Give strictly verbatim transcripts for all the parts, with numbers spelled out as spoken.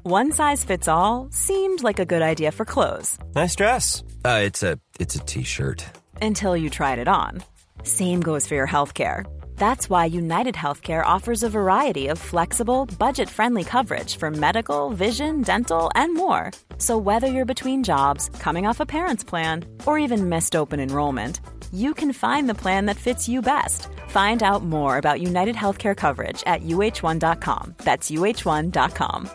One size fits all seemed like a good idea for clothes. Nice dress. Uh, it's a it's a t-shirt. Until you tried it on. Same goes for your healthcare. That's why United Healthcare offers a variety of flexible, budget-friendly coverage for medical, vision, dental, and more. So whether you're between jobs, coming off a parent's plan, or even missed open enrollment, you can find the plan that fits you best. Find out more about United Healthcare coverage at U H one dot com. That's U H one dot com.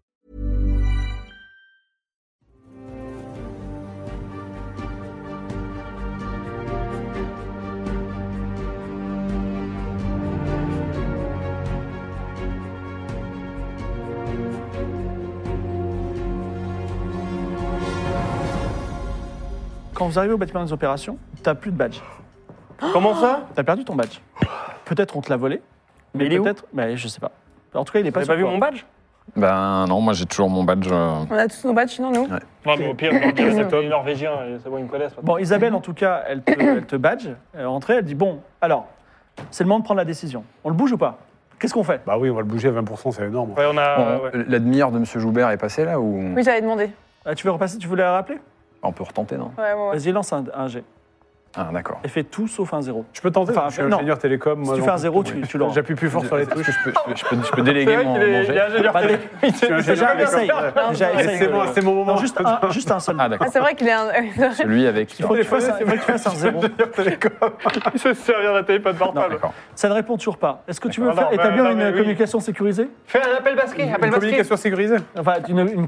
Quand vous arrivez au bâtiment des opérations, t'as plus de badge. Comment ça? T'as perdu ton badge. Peut-être on te l'a volé, mais il est où? peut-être, mais je sais pas. En tout cas, il est pas Vous sur avez pas vu toi. mon badge? Ben non, moi j'ai toujours mon badge. euh, On a tous nos badges, sinon, nous. Ouais. Non, mais au pire, on dirait c'est les Norvégiens, c'est bon, ils me connaissent. Bon, Isabelle, en tout cas, elle te, elle te badge, elle est rentrée, elle dit bon, alors, c'est le moment de prendre la décision. On le bouge ou pas? Qu'est-ce qu'on fait? Bah oui, on va le bouger à vingt pour cent, c'est énorme. Ouais, on a. bon, ouais. La demi-heure de M. Joubert est passée là ou Oui, j'avais demandé. Ah, tu veux repasser? Tu voulais la rappeler? on peut retenter, non? Ouais, ouais, ouais. Vas-y, lance un, un G. Ah d'accord. Et fais tout sauf un zéro. Je peux tenter, Enfin, je suis non. ingénieur télécom. Si moi, tu non. fais un zéro, tu, tu l'auras. J'appuie plus fort sur les Est-ce touches. que je peux, je peux, je peux, je peux déléguer mon, mon jet? Il est ingénieur Bah, télé. Je suis ingénieur Déjà, télécom. essaye. Déjà, Mais essaye. C'est moi, c'est mon moment. Non, juste un, juste un seul. Ah Ah, d'accord. c'est vrai qu'il est un. Celui avec. Il faut que tu fasses un, il faut que tu fasses un zéro. Ingénieur télécom. Il se servir d'un téléphone portable. D'accord. Ça ne répond toujours pas. Est-ce que tu veux D'accord. faire, Non, établir bah, une non, mais oui. communication sécurisée? Fais un appel basquet, appel Une basquet. communication sécurisée. Enfin, une, une-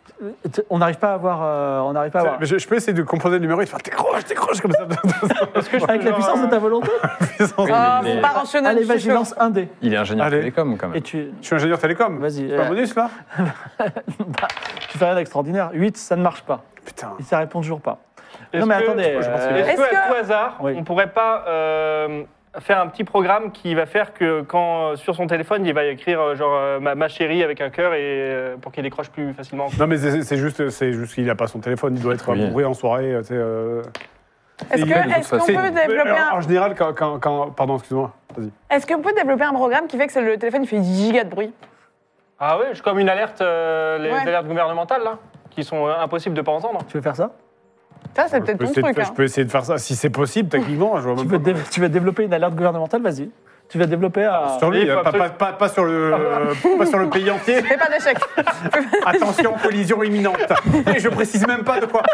on n'arrive pas à avoir. euh, on n'arrive pas à avoir. Mais je, je peux essayer de composer le numéro et de faire décroche, décroche comme ça. Est-ce que je peux Avec la genre, puissance de ta euh, volonté. Puissance. Ah, mais- faut pas enchaîner. Allez, je suis vas-y, chaud. lance un dé. Il est ingénieur Allez. télécom quand Et même. tu. Je suis ingénieur télécom. Vas-y. C'est pas un euh, bonus là? bah, tu fais rien d'extraordinaire. huit, ça ne marche pas. Putain. Et ça répond toujours pas. est-ce Non, mais que- attendez. je pense que- euh, Est-ce Est-ce que, à que- tout hasard, Oui. on pourrait pas euh, faire un petit programme qui va faire que quand euh, sur son téléphone, il va écrire euh, genre euh, ma, ma chérie avec un cœur et euh, pour qu'il décroche plus facilement. Non mais c'est c'est juste, c'est juste qu'il a pas son téléphone. Il doit être Oui. bourré en soirée. Tu sais, euh... Est-ce Et- que- est-ce qu'on C'est- peut développer Alors, En un. général, quand, quand, quand- pardon, excuse-moi. Vas-y. Est-ce qu'on peut développer un programme qui fait que c'est le téléphone il fait dix gigas de bruit? Ah oui, comme une alerte, euh, les Ouais. alertes gouvernementales là, qui sont euh, impossibles de pas entendre. Tu veux faire ça? Ça, c'est Je peut-être peux ton essayer de truc. faire- hein. Je peux essayer de faire ça. Si c'est possible, techniquement, je vois tu même veux, pas. dé- tu veux développer une alerte gouvernementale? Vas-y. Tu vas développer un. Sur lui, Il faut pas, absolument- pas- pas- pas sur le, pas sur le pays entier. Fais pas d'échec. Attention, collision imminente. Et je précise même pas de quoi.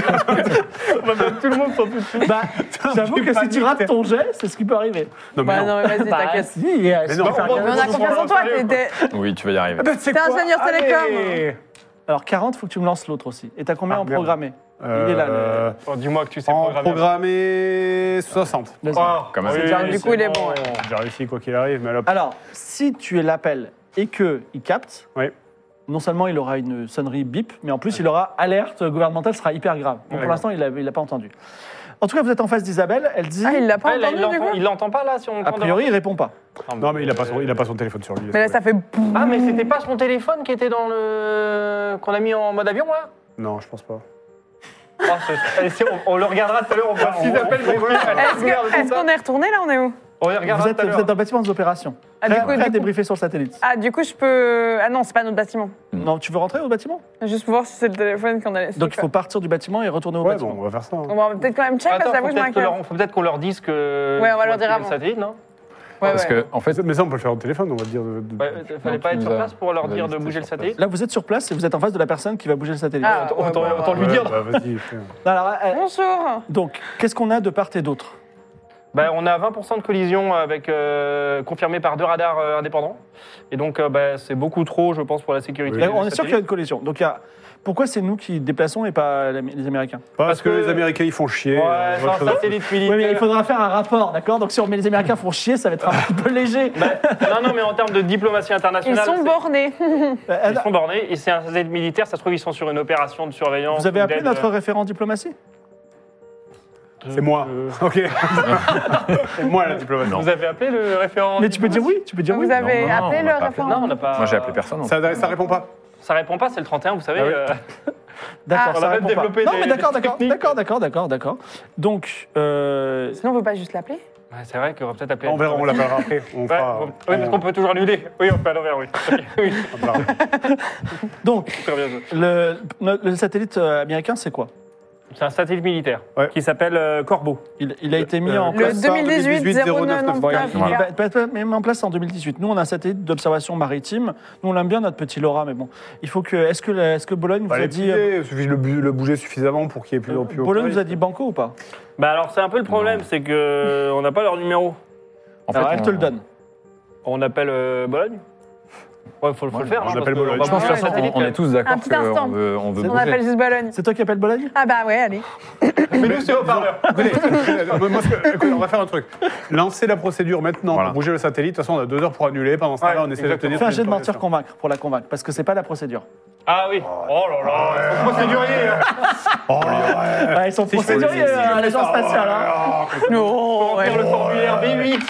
Tout le monde s'en fout. Bah, j'avoue que si tu rates ton jet, c'est ce qui peut arriver. Non, mais Bah non. non, mais vas-y, Bah, t'inquiète. si, euh, Mais si non, tu veux faire on va- quelque Mais on a chose- confiance en toi. t'es- t'es- Oui, tu vas y arriver. Ah ben, c'est T'es quoi? ingénieur télécom. Allez. Alors, quarante, faut que tu me lances l'autre aussi. Et t'as combien Ah, en merde. programmé? Il est là, le- Euh, Oh, dis-moi que tu sais En programmer. programmé soixante. Vas-y. Oh, Quand même. oui, déjà- du c'est coup, il est bon, ouais. J'ai réussi quoi qu'il arrive, mais là. Alors, si tu l'appelles et qu'il capte, Oui. non seulement il aura une sonnerie bip, mais en plus il aura alerte gouvernementale, ce sera hyper grave. Donc, pour D'accord. l'instant, il n'a pas entendu. En tout cas, vous êtes en face d'Isabelle, elle dit... Ah, il l'a pas Ah, là, il entendu, du l'entend- coup? il l'entend pas là si on A priori, il répond pas. Non, mais il a pas son, il a pas son téléphone sur lui. Mais là, ça fait. Ah, mais c'était pas son téléphone qui était dans le. qu'on a mis en mode avion là? Non, je pense pas. Oh, c'est- allez, si, on, on le regardera tout à l'heure, on voit s'ils appellent. mais voilà. Est-ce que- est-ce qu'on est retourné là? On est où? On les Vous regardera êtes, tout à vous l'heure. êtes dans le bâtiment des opérations. Ah, Prêt, du coup, prêt du à coup- débriefer sur le satellite. Ah, du coup, je peux. Ah non, c'est pas notre bâtiment. Non, tu veux rentrer au bâtiment? Juste pour voir si c'est le téléphone qu'on a laissé. Donc il faut partir du bâtiment et retourner au Ouais, bâtiment. bon, on va faire ça. hein. On va peut-être quand même check parce Attends, que faut j'avoue, je peut-être que m'inquiète. leur- faut peut-être qu'on leur dise que. Ouais, on va leur faut dire activer avant. le satellite, non? Ouais, Parce ouais. que en fait, Mais ça, on peut le faire au téléphone, on va te dire. de- de- Ouais, euh, fallait Non, pas tu être nous sur as- place pour leur nous as dire dit de que bouger le c'était sur satellite. Là, vous êtes sur place et vous êtes en face de la personne qui va bouger le satellite. Ah, Autant- ouais, autant- ouais, autant ouais. lui dire. Bah, vas-y. fais. Alors, euh, Bonjour. donc, qu'est-ce qu'on a de part et d'autre? Bah, on a vingt pour cent de collision avec, euh, confirmé par deux radars euh, indépendants. Et donc, euh, bah, c'est beaucoup trop, je pense, pour la sécurité. Oui. du On est sûr qu'il y a satellite. une collision. Donc, il y a... pourquoi c'est nous qui déplaçons et pas les les Américains? Parce, Parce que, que- les Américains, ils font chier. Ouais, euh, c'est un autre chose. satellite militaire. Oui, mais il faudra faire un rapport, d'accord? Donc, si on met les Américains font chier, ça va être un petit peu léger. Bah, non, non, mais en termes de diplomatie Ils internationale. sont c'est- bornés. Euh, Ils sont bornés et c'est un satellite militaire, ça se trouve, ils sont sur une opération de surveillance. Vous avez ou appelé d'aide, notre euh, référent diplomatie? C'est moi. euh, Ok. C'est moi la diplomatie. Vous avez appelé le référent Mais tu peux dire oui, tu peux dire oui. Vous avez Non, non, appelé on le n'a pas référent? Non, on n'a pas. moi j'ai appelé personne. en fait. Ça, ça répond pas. Ça répond pas, c'est le trente et un, vous savez. Ah oui. euh, D'accord, Ah. On ça a même répond pas. développé Non, des- mais d'accord, des d'accord, techniques. d'accord, d'accord, d'accord, d'accord. Donc, euh, Sinon, on peut pas juste l'appeler? Ouais, c'est vrai qu'on va peut-être appeler. On verra, on l'appellera après. On Ouais, fera, on- oui, parce qu'on peut toujours annuler. Oui, on peut à l'envers, oui. Ok, oui. on l'appellera. Donc, Super bien joué. le, le- le satellite euh, américain, c'est quoi? C'est un satellite militaire Ouais. qui s'appelle euh, Corbeau. il, il a été mis Euh, en Le place. deux mille dix-huit zéro neuf neuf Bon, il neuf. il est pas- pas- pas mis en place en deux mille dix-huit. Nous, on a un satellite d'observation maritime. Nous, on l'aime bien, notre petit Laura, mais bon. Il faut que. Est-ce que, la- est-ce que Bologne vous Bah, a les dit. euh, piliers, il suffit de le, bu- le bouger suffisamment pour qu'il y ait plus, plus haut. Bologne vous a dit banco ou pas? Bah alors, c'est un peu le problème, c'est que on n'a pas leur numéro. En Alors, elle on- te le donne. On appelle euh, Bologne. Ouais, faut, faut le faire. on hein, appelle parce que Bologne. on va Je pense bouger que un satellite, on, on quand est tous d'accord Un petit instant. qu'on veut, on veut C'est- On bouger. appelle juste Bologne. C'est toi qui appelles Bologne? Ah bah ouais, allez. même. Mais nous, c'est haut-parleur. Écoutez, moi, ce que- écoutez, on va faire un truc. Lancer la procédure maintenant Voilà. pour bouger le satellite. De toute façon, on a deux heures pour annuler. Pendant ce temps-là, Ouais, on essaie exactement. de tenir. Fais un toutes jet les de mentir autorisations. convaincre pour la convaincre, parce que c'est pas la procédure. Ah oui. Oh là là. Ils sont procéduriers. hein. Oh, ouais. Ah, ils sont Si je fais- procéduriers, si je euh, fais l'agence ça, spatiale. oh, hein. là là. Non, Faire le formulaire B huit.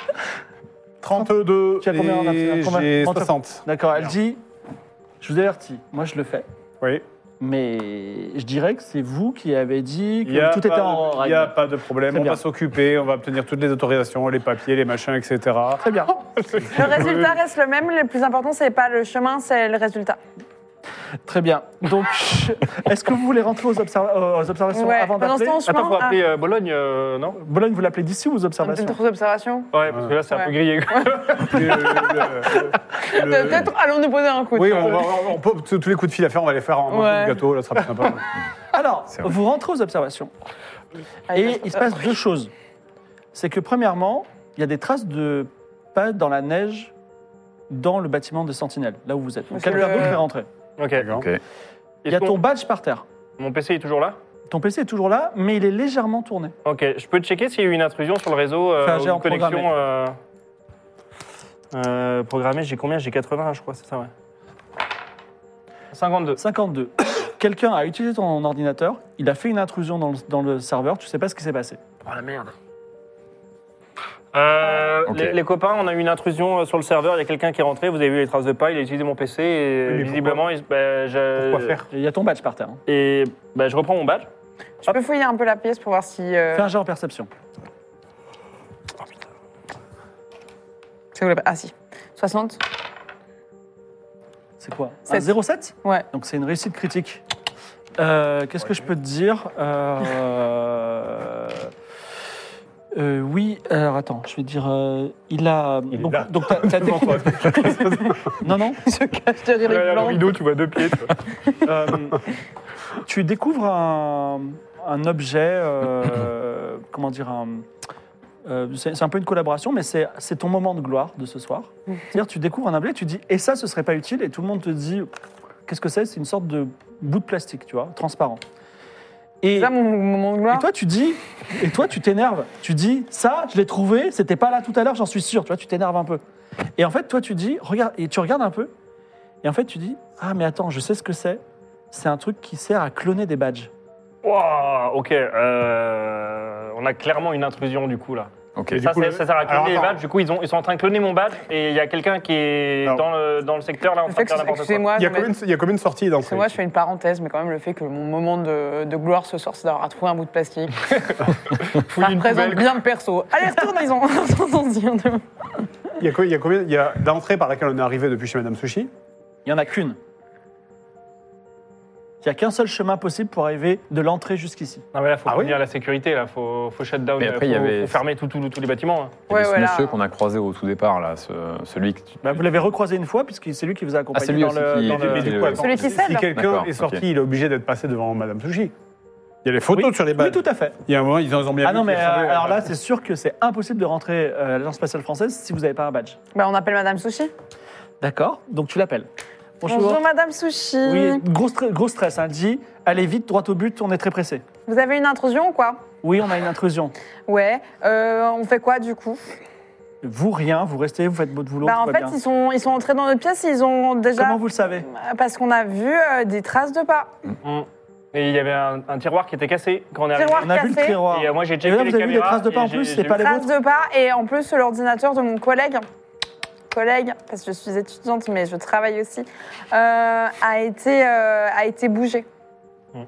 trente-deux Tu as combien en et mentir- combien- j'ai mentir- soixante. D'accord, elle dit. Je vous avertis, moi je le fais. Oui. Mais je dirais que c'est vous qui avez dit Il n'y a, que tout était pas en de- il y a règle. pas de problème. Très On bien. va s'occuper. On va obtenir toutes les autorisations, les papiers, les machins, et cetera. Très bien. Le résultat reste le même. Le plus important, c'est pas le chemin, c'est le résultat. Très bien. Donc, est-ce que vous voulez rentrer aux, observa- aux observations Ouais. avant Pendant ce d'appeler temps, on Attends, faut chemin. appeler euh, Bologne, euh, non? Bologne, vous l'appelez d'ici ou aux Ah, observations? d'autres observations. Ouais, parce que là, c'est un Ouais. peu grillé. Le- le- le- le- Peut-être allons nous poser un coup. Oui, on va, on peut, tous tous les coups de fil à faire, on va les faire en mangeant Ouais. du gâteau, là, ce sera plus sympa. Alors, C'est vrai. vous rentrez aux observations. Ah, Et il se passe deux choses. C'est que, premièrement, il y a des traces de pas dans la neige dans le bâtiment de Sentinelle, là où vous êtes. Donc, C'est quelqu'un le- d'autre est rentré. Ok. Ok. Il y a ton badge par terre. Mon P C est toujours là? Ton P C est toujours là, mais il est légèrement tourné. Ok. Je peux checker s'il y a eu une intrusion sur le réseau euh, Fais un ou jet en une connexion programmé. euh, euh, programmée. J'ai combien? J'ai quatre-vingts, je crois, c'est ça, ouais. cinquante-deux. cinquante-deux. Quelqu'un a utilisé ton ordinateur, il a fait une intrusion dans le, dans le serveur, tu sais pas ce qui s'est passé. Oh la merde. Euh, Ok. les, les copains, on a eu une intrusion euh, sur le serveur. Il y a quelqu'un qui est rentré. Vous avez vu les traces de pas. Il a utilisé mon P C et Oui, mais visiblement, il- bah, je- Pourquoi faire Et il y a ton badge par terre. hein. Et bah, je reprends mon badge. Tu peux fouiller un peu la pièce pour voir si. euh, Fais un jet en perception. c'est où la- Ah si. soixante. C'est quoi? Un Sept. zéro sept. Ouais. Donc c'est une réussite critique. Euh, Qu'est-ce que je peux te dire? Euh, euh, Oui, alors attends, je vais te dire. euh, il a. Il est donc, là. donc t'as- t'as Devant découvert- non, non. Je cache derrière les plantes. tu vois deux pieds. Euh, tu découvres un, un objet, euh, comment dire, un, euh, c'est c'est un peu une collaboration, mais c'est c'est ton moment de gloire de ce soir. C'est-à-dire, tu découvres un objet, tu dis, et ça, ce serait pas utile, et tout le monde te dit, qu'est-ce que c'est? C'est une sorte de bout de plastique, tu vois, transparent. Et, C'est là mon mon moment de et gloire. toi, tu dis, et toi, tu t'énerves. Tu dis, ça, je l'ai trouvé, c'était pas là tout à l'heure, j'en suis sûr, tu vois, tu t'énerves un peu. Et en fait, toi, tu dis, regarde, et tu regardes un peu, et en fait, tu dis, ah, mais attends, je sais ce que c'est. C'est un truc qui sert à cloner des badges. Wow, ok. euh, on a clairement une intrusion du coup là. Ok. Et du Ça, coup, c'est- le- ça sert à Alors, cloner les attends. badges. Du coup, ils, ont, ils sont en train de cloner mon badge et il y a quelqu'un qui est Alors. dans le, dans le secteur là en Le train fait de faire que, n'importe quoi. excusez-moi, Il y a non, mais- combien de- il y a combien de sorties dans parce que moi je fais une parenthèse, mais quand même le fait que mon moment de, de gloire ce soir, c'est d'avoir trouvé un bout de plastique. Ça une représente poubelle. bien le perso. Allez, retourne, ils ont attention. Il y a, co- il y a combien il y a d'entrées par laquelle on est arrivé depuis chez Madame Sushi? Il n'y en a qu'une. Il n'y a qu'un seul chemin possible pour arriver de l'entrée jusqu'ici. Non mais là, faut Ah oui prévenir la sécurité là. Faut, faut shut down. Mais après, il y faut, avait- faut fermer tout- tout- tous les bâtiments. hein. Il y avait Ouais, ce voilà. monsieur qu'on a croisé au tout départ, là, ce- celui que tu... Bah, vous l'avez recroisé une fois, puisque c'est lui qui vous a accompagné Ah, c'est lui dans aussi le. qui- dans qui- le- Mais du coup, attends, Celui qui si- cède. si quelqu'un D'accord, est sorti, ok. il est obligé d'être passé devant Madame Sushi. Il y a les photos Oui. sur les Oui, badges. tout à fait. Il y a un moment, ils en ont bien Ah vu non, mais qu'il y avait- euh, alors là, c'est sûr que c'est impossible de rentrer euh, à l'Agence spatiale française si vous n'avez pas un badge. Bah, on appelle Madame Sushi. D'accord. Donc tu l'appelles. Bonjour, Madame Sushi. Oui, gros, stre- gros stress. Hein. Elle dit, allez vite, droit au but, on est très pressé. Vous avez une intrusion ou quoi? Oui, on a une intrusion. Ouais. Euh, on fait quoi du coup? Vous, rien, vous restez, vous faites votre boulot. Bah, tout en va fait, bien. ils sont, ils sont entrés dans notre pièce, ils ont déjà. Comment vous le savez? Parce qu'on a vu euh, des traces de pas. Mm. Et il y avait un, un tiroir qui était cassé quand on est arrivé. Tiroir On a vu le cassé. tiroir. Et euh, moi j'ai Et checké là, les vous avez vu les caméras. traces de pas et en j'ai- plus, j'ai c'est vu- pas les Traces vôtres? de pas et en plus l'ordinateur de mon collègue, collègue, parce que je suis étudiante mais je travaille aussi, euh, a été euh, a été bougé.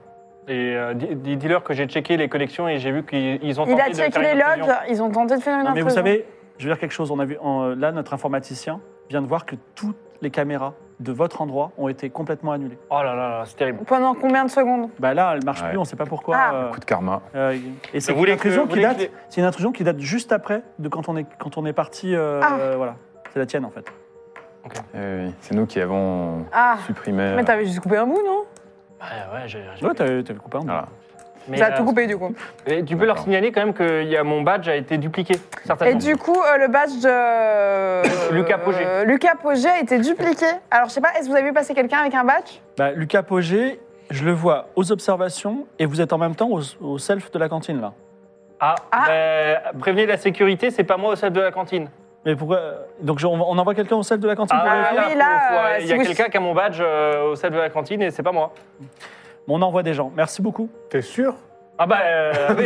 Et euh, dis- dis- dis-leur que j'ai checké les connexions et j'ai vu qu'ils ils ont Il tenté a de checké faire les une logs, intrusion. ils ont tenté de faire une Non, mais vous intrusion. savez, je veux dire quelque chose. On a vu, en- là, notre informaticien vient de voir que toutes les caméras de votre endroit ont été complètement annulées. Oh là là, là, c'est terrible. Pendant combien de secondes? Bah là, elle marche Ouais. plus, on ne sait pas pourquoi. Ah. euh, Coup de karma. euh, et c'est Vous une voulez intrusion que- qui vous voulez date. que C'est une intrusion qui date juste après de quand on est quand on est parti. euh, Ah. euh, voilà, c'est la tienne en fait. Eh oui, c'est nous qui avons Ah, supprimé. mais t'avais juste coupé un bout, non? Ouais, ouais, j'ai. j'ai- Ouais, t'avais t'avais coupé un. Voilà. Mais, Ça a euh, tout coupé, du coup. et tu peux leur D'accord. signaler quand même que y a, mon badge a été dupliqué, certainement. Et du coup, euh, le badge de... euh, Lucas Pogé. euh, Lucas Pogé a été dupliqué. Alors, je sais pas, est-ce que vous avez vu passer quelqu'un avec un badge? Bah, Lucas Pogé, je le vois aux observations et vous êtes en même temps au, au self de la cantine là. Ah, Ah. bah, prévenez la sécurité, c'est pas moi au self de la cantine. Mais pourquoi Donc je- on on envoie quelqu'un au self de la cantine pour Ah, vérifier oui, faut- là, faut- euh, il y si a vous- quelqu'un qui a mon badge euh, au self de la cantine et c'est pas moi. Bon, on envoie des gens. Merci beaucoup. T'es sûr? Ah bah, euh, oui.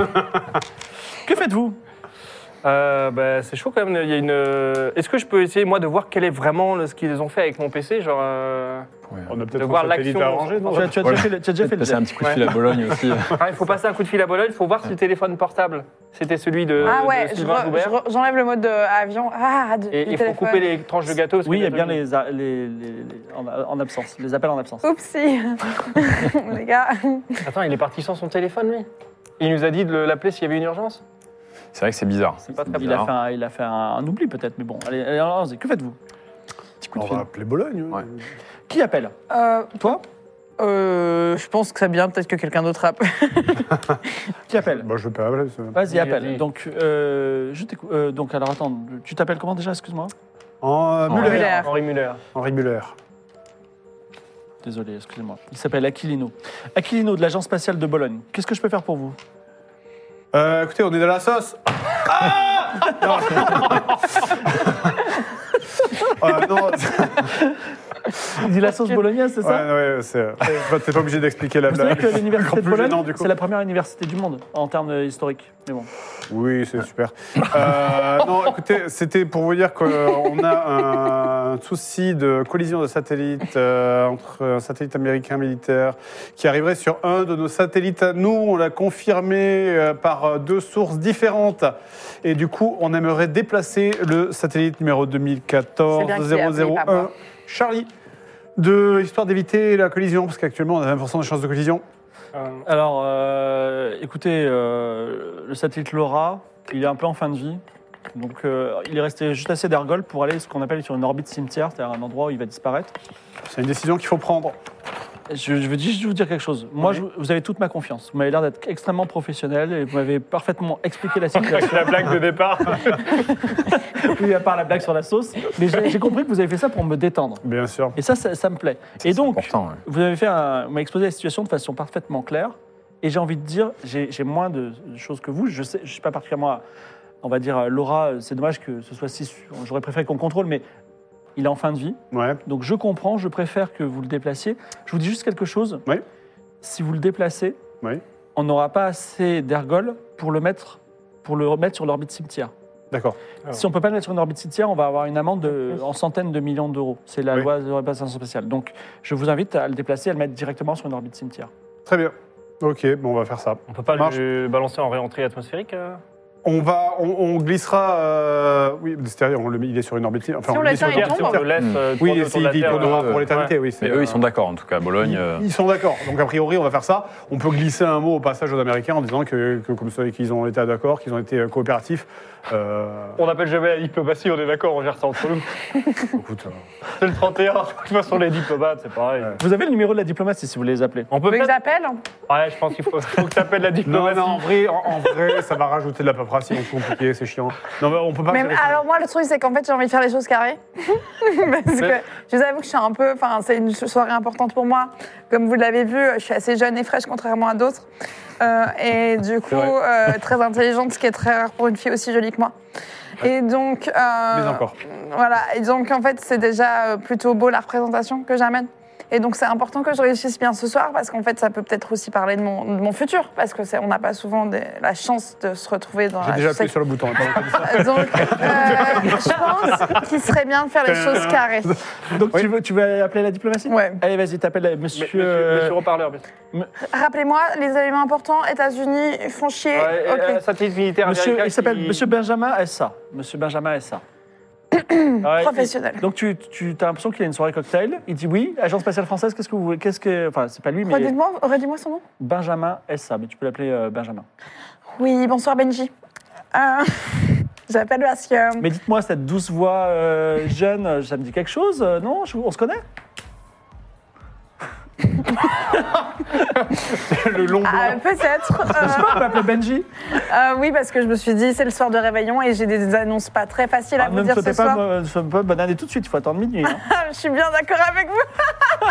Que faites-vous Euh, bah, c'est chaud quand même. Il y a une. euh, Est-ce que je peux essayer moi de voir quel est vraiment le- ce qu'ils ont fait avec mon P C, genre. euh, Ouais. On a De peut-être voir un satellite l'action. à arranger, non? Tu as, tu as Voilà. déjà fait le, tu as déjà fait Peut-être le passer un jet. petit coup de fil à Bologne aussi. Ah, il faut passer un coup de fil à Bologne. Il faut voir si le téléphone portable, c'était celui de, Ah de ouais, je Sylvain re- Joubert. je re- j'enlève le mode de avion. Ah, du, Et du il faut téléphone. couper les tranches de gâteau. parce Oui, il y a que bien les... les, a- les, les- les- en, en absence, les appels en absence. Oupsie. Les gars. Attends, il est parti sans son téléphone, lui. Il nous a dit de le- l'appeler s'il y avait une urgence. C'est vrai que c'est bizarre. C'est pas très Il a fait un, il a fait un, un oubli peut-être, mais bon. Allez, allez, allons-y. Que faites-vous Petit coup de On fil. va appeler Bologne. Ouais. Qui appelle Euh, Toi euh, je pense que c'est bien, peut-être que quelqu'un d'autre appelle. Qui appelle Bah, je peux appeler. ça. Vas-y, Oui, appelle. vas-y. Donc, euh, je t'écoute. euh, donc, alors attends, tu t'appelles comment déjà Excuse-moi. En euh, En Muller. Muller. Henri Muller. Henri Muller. Désolé, excusez-moi. Il s'appelle Aquilino. Aquilino de l'agence spatiale de Bologne. Qu'est-ce que je peux faire pour vous Euh, écoutez, on est dans la sauce. Ah non. Euh, non, Il dit la sauce bolognaise, c'est ça ouais, ouais, c'est. Bah, T'es pas obligé d'expliquer la Vous savez blague. que l'université Encore de plus Bologne, gênant, du coup. c'est la première université du monde en termes euh, historiques. Mais bon. Oui, c'est super. Euh, non, écoutez, c'était pour vous dire qu'on a un souci de collision de satellites euh, entre un satellite américain militaire qui arriverait sur un de nos satellites à nous. On l'a confirmé euh, par deux sources différentes. Et du coup, on aimerait déplacer le satellite numéro deux mille quatorze C'est bien qu'il ait zéro appelé, zéro pas un moi. Charlie, de histoire d'éviter la collision, parce qu'actuellement, on a vingt pour cent de chances de collision. Euh, Alors, euh, écoutez, euh, le satellite LoRa, il est un peu en fin de vie. Donc, euh, il est resté juste assez d'ergol pour aller ce qu'on appelle sur une orbite cimetière, c'est-à-dire un endroit où il va disparaître. C'est une décision qu'il faut prendre. Je, je veux juste vous dire quelque chose. Moi, Oui. je- vous avez toute ma confiance. Vous m'avez l'air d'être extrêmement professionnel et vous m'avez parfaitement expliqué la situation. Avec la blague de départ. Oui, à part la blague sur la sauce. Mais j'ai j'ai compris que vous avez fait ça pour me détendre. Bien sûr. Et ça, ça, ça me plaît. Et C'est donc, important, ouais. vous avez fait un, vous m'avez exposé la situation de façon parfaitement claire. Et j'ai envie de dire, j'ai j'ai moins de choses que vous. Je sais, je suis pas particulièrement, on va dire, Laura. C'est dommage que ce soit si. J'aurais préféré qu'on contrôle, mais il est en fin de vie. Ouais. Donc je comprends. Je préfère que vous le déplaciez. Je vous dis juste quelque chose. Oui. Si vous le déplacez, Oui. on n'aura pas assez d'ergol pour le mettre, pour le remettre sur l'orbite cimetière. D'accord. Ah. Si on ne peut pas le mettre sur une orbite cimetière, on va avoir une amende de, en centaines de millions d'euros. C'est la Oui. loi de réparation spéciale. Donc, je vous invite à le déplacer, à le mettre directement sur une orbite cimetière. Très bien. Ok, bon, on va faire ça. On peut pas Ça marche. le balancer en réentrée atmosphérique euh On va, on, on glissera. Euh, oui, c'est-à-dire, on le met- il est sur une orbite. Enfin, Si on le le met sur tient, une il orbite tombe. Si on le cimetière. laisse euh, Oui, tourner et autour s'il de la il Terre, tournera euh, pour l'éternité, ouais. oui. c'est, Mais eux, euh, ils sont d'accord, en tout cas. Bologne. Ils, euh, ils sont d'accord. Donc, a priori, on va faire ça. On peut glisser un mot au passage aux Américains en disant que, que comme ça, qu'ils ont été d'accord, qu'ils ont été euh, coopératifs. Euh, On n'appelle jamais la diplomatie, on est d'accord, on gère ça entre nous. écoute, euh, C'est le trente et un, de toute façon les diplomates, c'est pareil. Ouais. Vous avez le numéro de la diplomatie si vous les appelez. On peut Vous voulez que peut-être... j'appelle? Ouais, je pense qu'il faut, faut que tu appelles la non, diplomatie. non, en vrai, en, en vrai, ça va rajouter de la paperasserie, c'est compliqué, c'est chiant. Non, mais on peut pas. Mais gérer ça. alors moi le truc c'est qu'en fait j'ai envie de faire les choses carrées parce que Mais- je vous avoue que je suis un peu, enfin c'est une soirée importante pour moi. Comme vous l'avez vu, je suis assez jeune et fraîche contrairement à d'autres Euh, et du coup euh, très intelligente, ce qui est très rare pour une fille aussi jolie que moi. Et donc, euh, Mais encore. voilà. Et donc en fait c'est déjà euh, plutôt beau la représentation que j'amène. Et donc, c'est important que je réussisse bien ce soir parce qu'en fait, ça peut peut-être aussi parler de mon, de mon futur. Parce que c'est, on n'a pas souvent des- la chance de se retrouver dans J'ai la déjà appuyé sec- sur le bouton. attends, on a dit ça. Donc, euh, je pense qu'il serait bien de faire les choses carrées. Donc tu, veux, tu veux appeler la diplomatie Ouais. Allez, vas-y, t'appelles la- monsieur... Monsieur, euh, monsieur reparleur. monsieur. Rappelez-moi, les éléments importants, États-Unis font chier. Ouais, Ok. euh, satellite militaire monsieur, américain il s'appelle qui- Monsieur Benjamin Essa. Monsieur Benjamin Essa. Ouais, Professionnel. il- donc tu, tu as l'impression qu'il y a une soirée cocktail. Il dit oui, agence spatiale française, qu'est-ce que vous voulez Qu'est-ce que... Enfin, c'est pas lui, mais Redis-moi, redis-moi son nom. Benjamin Essa. Mais tu peux l'appeler euh, Benjamin. Oui, bonsoir Benji. Euh, J'appelle parce que... Mais dites-moi, cette douce voix euh, jeune, ça me dit quelque chose euh, Non Je- On se connaît Le long blanc. Ah, peut-être. euh, On peut appeler Benji. euh, oui, parce que je me suis dit, c'est le soir de réveillon et j'ai des annonces pas très faciles à Ah, vous ne me dire ce sautez pas, soir. me- ne sautez pas bonne année tout de suite, il faut attendre minuit. hein. Je suis bien d'accord avec vous.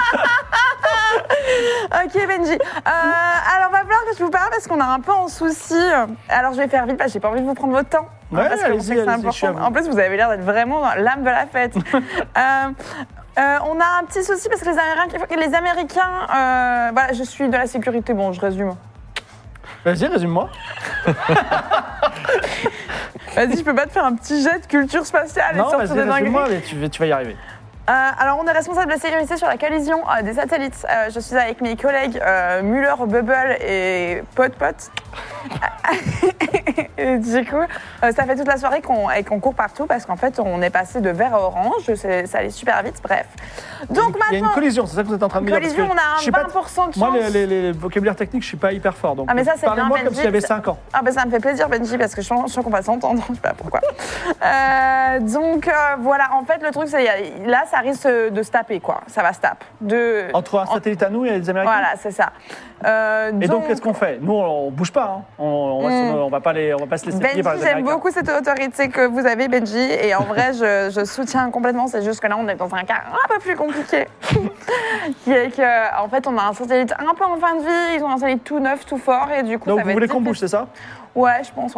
Ok, Benji. Euh, alors, va falloir que je vous parle parce qu'on a un peu en souci. Alors, je vais faire vite parce que j'ai pas envie de vous prendre votre temps. Ouais, parce que allez-y, je sais que c'est allez-y, je suis à important. vous. En plus, vous avez l'air d'être vraiment dans l'âme de la fête. Euh, euh, on a un petit souci parce que les Américains, les Américains euh, voilà, je suis de la sécurité. Bon, je résume. Vas-y, résume-moi. Vas-y, je peux pas te faire un petit jet de culture spatiale et Non, sortir vas-y, des dingueries. résume-moi, mais tu, tu vas y arriver. Euh, alors, on est responsable de la sécurité sur la collision euh, des satellites. Euh, je suis avec mes collègues euh, Muller, Bubble et Pot Pot. Et du coup, euh, ça fait toute la soirée qu'on et qu'on court partout parce qu'en fait, on est passé de vert à orange. C'est- Ça allait super vite, bref. Donc Il y a une maintenant, collision, c'est ça que vous êtes en train de me dire. collision, parce que on a je suis un pas- vingt pour cent de chance. Moi, les, les, les vocabulaires techniques, je suis pas hyper fort. Donc, Ah, mais ça, c'est parlez-moi bien, comme s'il y avait Benji. cinq ans. Ah ben ça me fait plaisir Benji parce que je sens, je sens qu'on va s'entendre, je sais pas pourquoi. Euh, donc euh, voilà, en fait le truc c'est là ça risque de se taper quoi, ça va se taper. De... Entre un satellite à nous et les Américains. Voilà, c'est ça. Euh, Et donc, qu'est-ce qu'on fait Nous, on, on bouge pas. Hein. On, on, va Hmm. se- on va pas les, on va pas se laisser plier Benji, par les j'aime Américains. beaucoup cette autorité que vous avez, Benji, et en vrai, je, je soutiens complètement. C'est juste que là, on est dans un cas un peu plus compliqué, qui est que, en fait, on a un satellite un peu en fin de vie. Ils ont un satellite tout neuf, tout fort, et du coup, Donc, ça vous va voulez être qu'on bouge, difficile. c'est ça Ouais, je pense, ouais.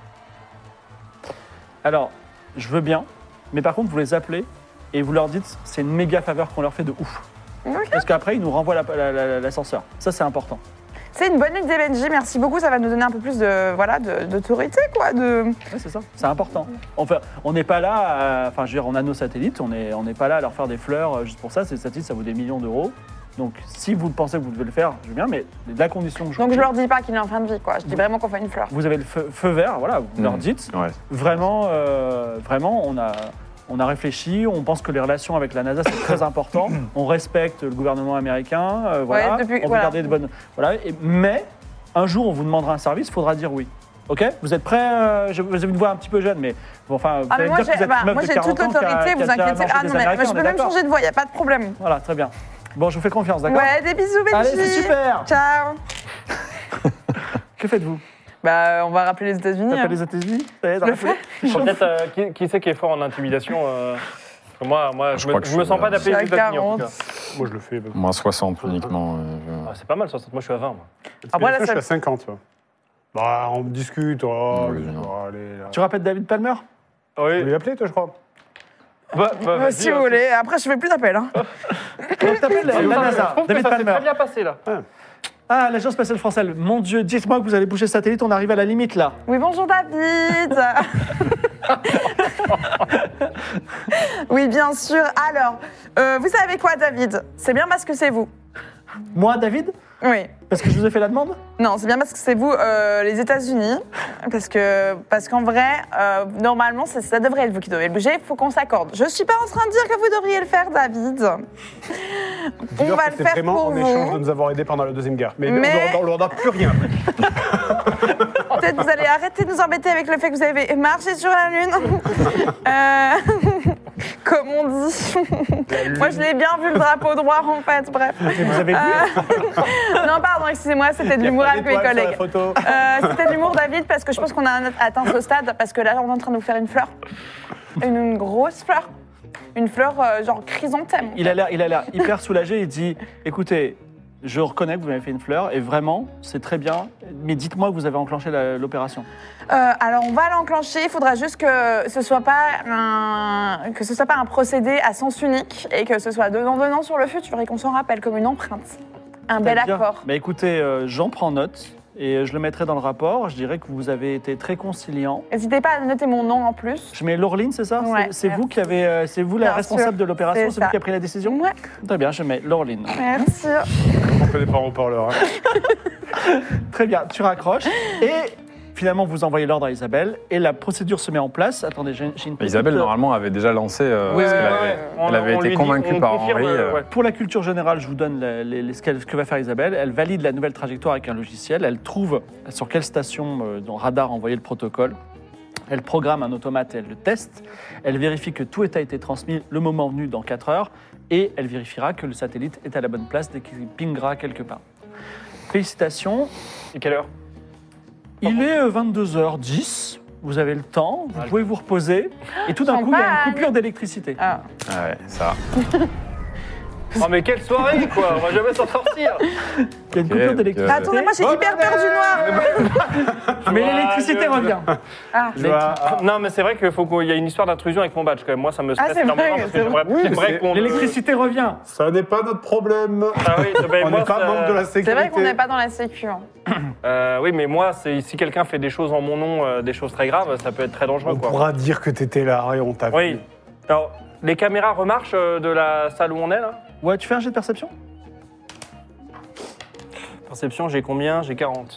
Alors, je veux bien, mais par contre, vous les appelez et vous leur dites c'est une méga faveur qu'on leur fait de ouf. Ok. Parce qu'après, ils nous renvoient la- la- la- l'ascenseur. Ça, c'est important. C'est une bonne idée, Benji. Merci beaucoup. Ça va nous donner un peu plus de, voilà, de- d'autorité, quoi. De... Ouais, c'est ça, c'est important. Enfin, on n'est pas là, à- enfin, je veux dire, on a nos satellites, on n'est on n'est pas là à leur faire des fleurs euh, juste pour ça. Ces satellites, ça vaut des millions d'euros. Donc, si vous pensez que vous devez le faire, je veux bien, mais la condition que je Donc, vous je dis, leur dis pas qu'il est en fin de vie, quoi. Je dis vraiment qu'on fait une fleur. vous avez le feu, feu vert, voilà, vous leur Mhm. dites. Ouais. Vraiment, euh, vraiment, on a, on a réfléchi, on pense que les relations avec la NASA, c'est très important. On respecte le gouvernement américain, euh, voilà. Ouais, depuis- on veut voilà. garder de bonnes... Voilà, et- mais un jour, on vous demandera un service, il faudra dire oui. Ok, vous êtes prêts euh, je, Vous avez une voix un petit peu jeune, mais bon, enfin, vous Ah, allez mais me moi, dire que j'ai vous êtes bah, une meuf moi, de j'ai toute quarante ans qui a- l'autorité, qui a vous déjà inquiétez mangé pas. Ah, des non, mais Américains, je on peux est même d'accord. changer de voix, il a pas de problème. Voilà, très bien. Bon, je vous fais confiance, d'accord Ouais, des bisous, Benji. Allez, c'est super. Ciao. Que faites-vous Bah, on va rappeler les États-Unis. T'appelles hein. les États-Unis Ça y est, t'as Le rappelé Faut peut-être, euh, qui, qui c'est qui est fort en intimidation euh, parce que Moi, moi je, Je me, crois que je je me suis, sens pas euh, d'appeler les je suis à États-Unis en tout quarante. cas. Moi, je le fais. Moins soixante uniquement. euh, je- Ah, c'est pas mal soixante, moi je suis à vingt. Moi. Après, là, je ça- suis à cinquante. toi. Bah, on discute. Oh, Oui, je- non. oh, allez, là. Tu rappelles David Palmer Tu Oui, voulais l'appeler, toi, je crois. bah, bah, Euh, vas-y, si hein. vous voulez. Après, je fais plus d'appel. Hein. Donc, t'appelles la, Je la trouve NASA, que David ça s'est Palmer. très bien passé là. Ah, l'agence spatiale française. Mon Dieu, dites-moi que vous allez bouger le satellite, on arrive à la limite là. Oui, bonjour David. Oui, bien sûr. Alors, euh, vous savez quoi, David? C'est bien parce que c'est vous. Moi, David Oui. Parce que je vous ai fait la demande Non, c'est bien parce que c'est vous, euh, les États-Unis. Parce que, parce qu'en vrai, euh, normalement, ça, ça devrait être vous qui devez le bouger. Il faut qu'on s'accorde. Je suis pas en train de dire que vous devriez le faire, David. On Dis-leur va que le c'est faire vraiment pour en échange de vous. nous avoir aidés pendant la Deuxième Guerre. Mais, Mais- on leur donne plus rien. Peut-être vous allez arrêter de nous embêter avec le fait que vous avez marché sur la Lune. Euh, Comme on dit. Moi, je l'ai bien vu, le drapeau droit, en fait. Bref. Et vous avez vu Euh, Non, pardon, excusez-moi, c'était de l'humour avec mes collègues. Photo. Euh, c'était de l'humour, David, parce que je pense qu'on a atteint ce stade, parce que là, on est en train de vous faire une fleur. Une, une grosse fleur. Une fleur euh, genre chrysanthème. Il a l'air, il a l'air hyper soulagé. Il dit, écoutez, Je reconnais que vous m'avez fait une fleur et vraiment, c'est très bien. Mais dites-moi que vous avez enclenché la- l'opération. Euh, alors on va l'enclencher, il faudra juste que ce soit pas un que ce soit pas un procédé à sens unique et que ce soit donnant-donnant sur le futur et qu'on s'en rappelle comme une empreinte. Un bel C'est-à-dire- accord. Bah écoutez, euh, j'en prends note et je le mettrai dans le rapport. Je dirais que vous avez été très conciliant. N'hésitez pas à noter mon nom en plus. Je mets Laureline, c'est ça? Ouais, C'est- C'est merci. vous qui avez, euh, c'est vous la Bien responsable sûr, de l'opération, c'est c'est vous ça. qui avez pris la décision? Ouais, Très bien, je mets Laureline. merci. On connaît pas en haut-parleur. Hein. Très bien, tu raccroches et finalement vous envoyez l'ordre à Isabelle et la procédure se met en place. Attendez, j'ai j'ai une petite... Isabelle, normalement, avait déjà lancé. euh, Oui, parce oui, qu'elle oui, avait, oui. On- elle avait on été lui dit- convaincue on par confirme, Henri. euh, euh, ouais. Pour la culture générale, je vous donne les- les- les- ce, qu'elle- ce que va faire Isabelle. Elle valide la nouvelle trajectoire avec un logiciel. Elle trouve sur quelle station euh, dans radar envoyer le protocole. Elle programme un automate et elle le teste. Elle vérifie que tout a été transmis le moment venu dans quatre heures. Et elle vérifiera que le satellite est à la bonne place dès qu'il pingera quelque part. Félicitations. Et quelle heure? Il est euh, vingt-deux heures dix. Vous avez le temps. Vous pouvez vous reposer. Et tout d'un coup, il y a une Champagne. coupure d'électricité. Ah. ah ouais, ça. Oh mais quelle soirée quoi, on va jamais s'en sortir. Il y a une Ok, coupure ok. d'électricité. Attendez, moi j'ai hyper peur du noir. Mais l'électricité Joyeux. revient. Ah. Je vois- ah, Non mais c'est vrai qu'il faut qu'il y ait une histoire d'intrusion avec mon badge quand même. Moi ça me stresse c'est vrai, énormément parce que c'est j'aimerais vrai. j'aimerais Oui, qu'on... L'électricité revient. ça n'est pas notre problème. Ah oui, ben, On moi, n'est pas ça- membre de la C'est sécurité. vrai qu'on n'est pas dans la sécu. hein. Euh, oui mais moi c'est- si quelqu'un fait des choses en mon nom, euh, des choses très graves, ça peut être très dangereux On quoi. pourra dire que t'étais là et on t'a vu. Oui. Alors les caméras remarchent euh, de la salle où on est là? Ouais, tu fais un jet de perception? Perception j'ai combien? J'ai quarante.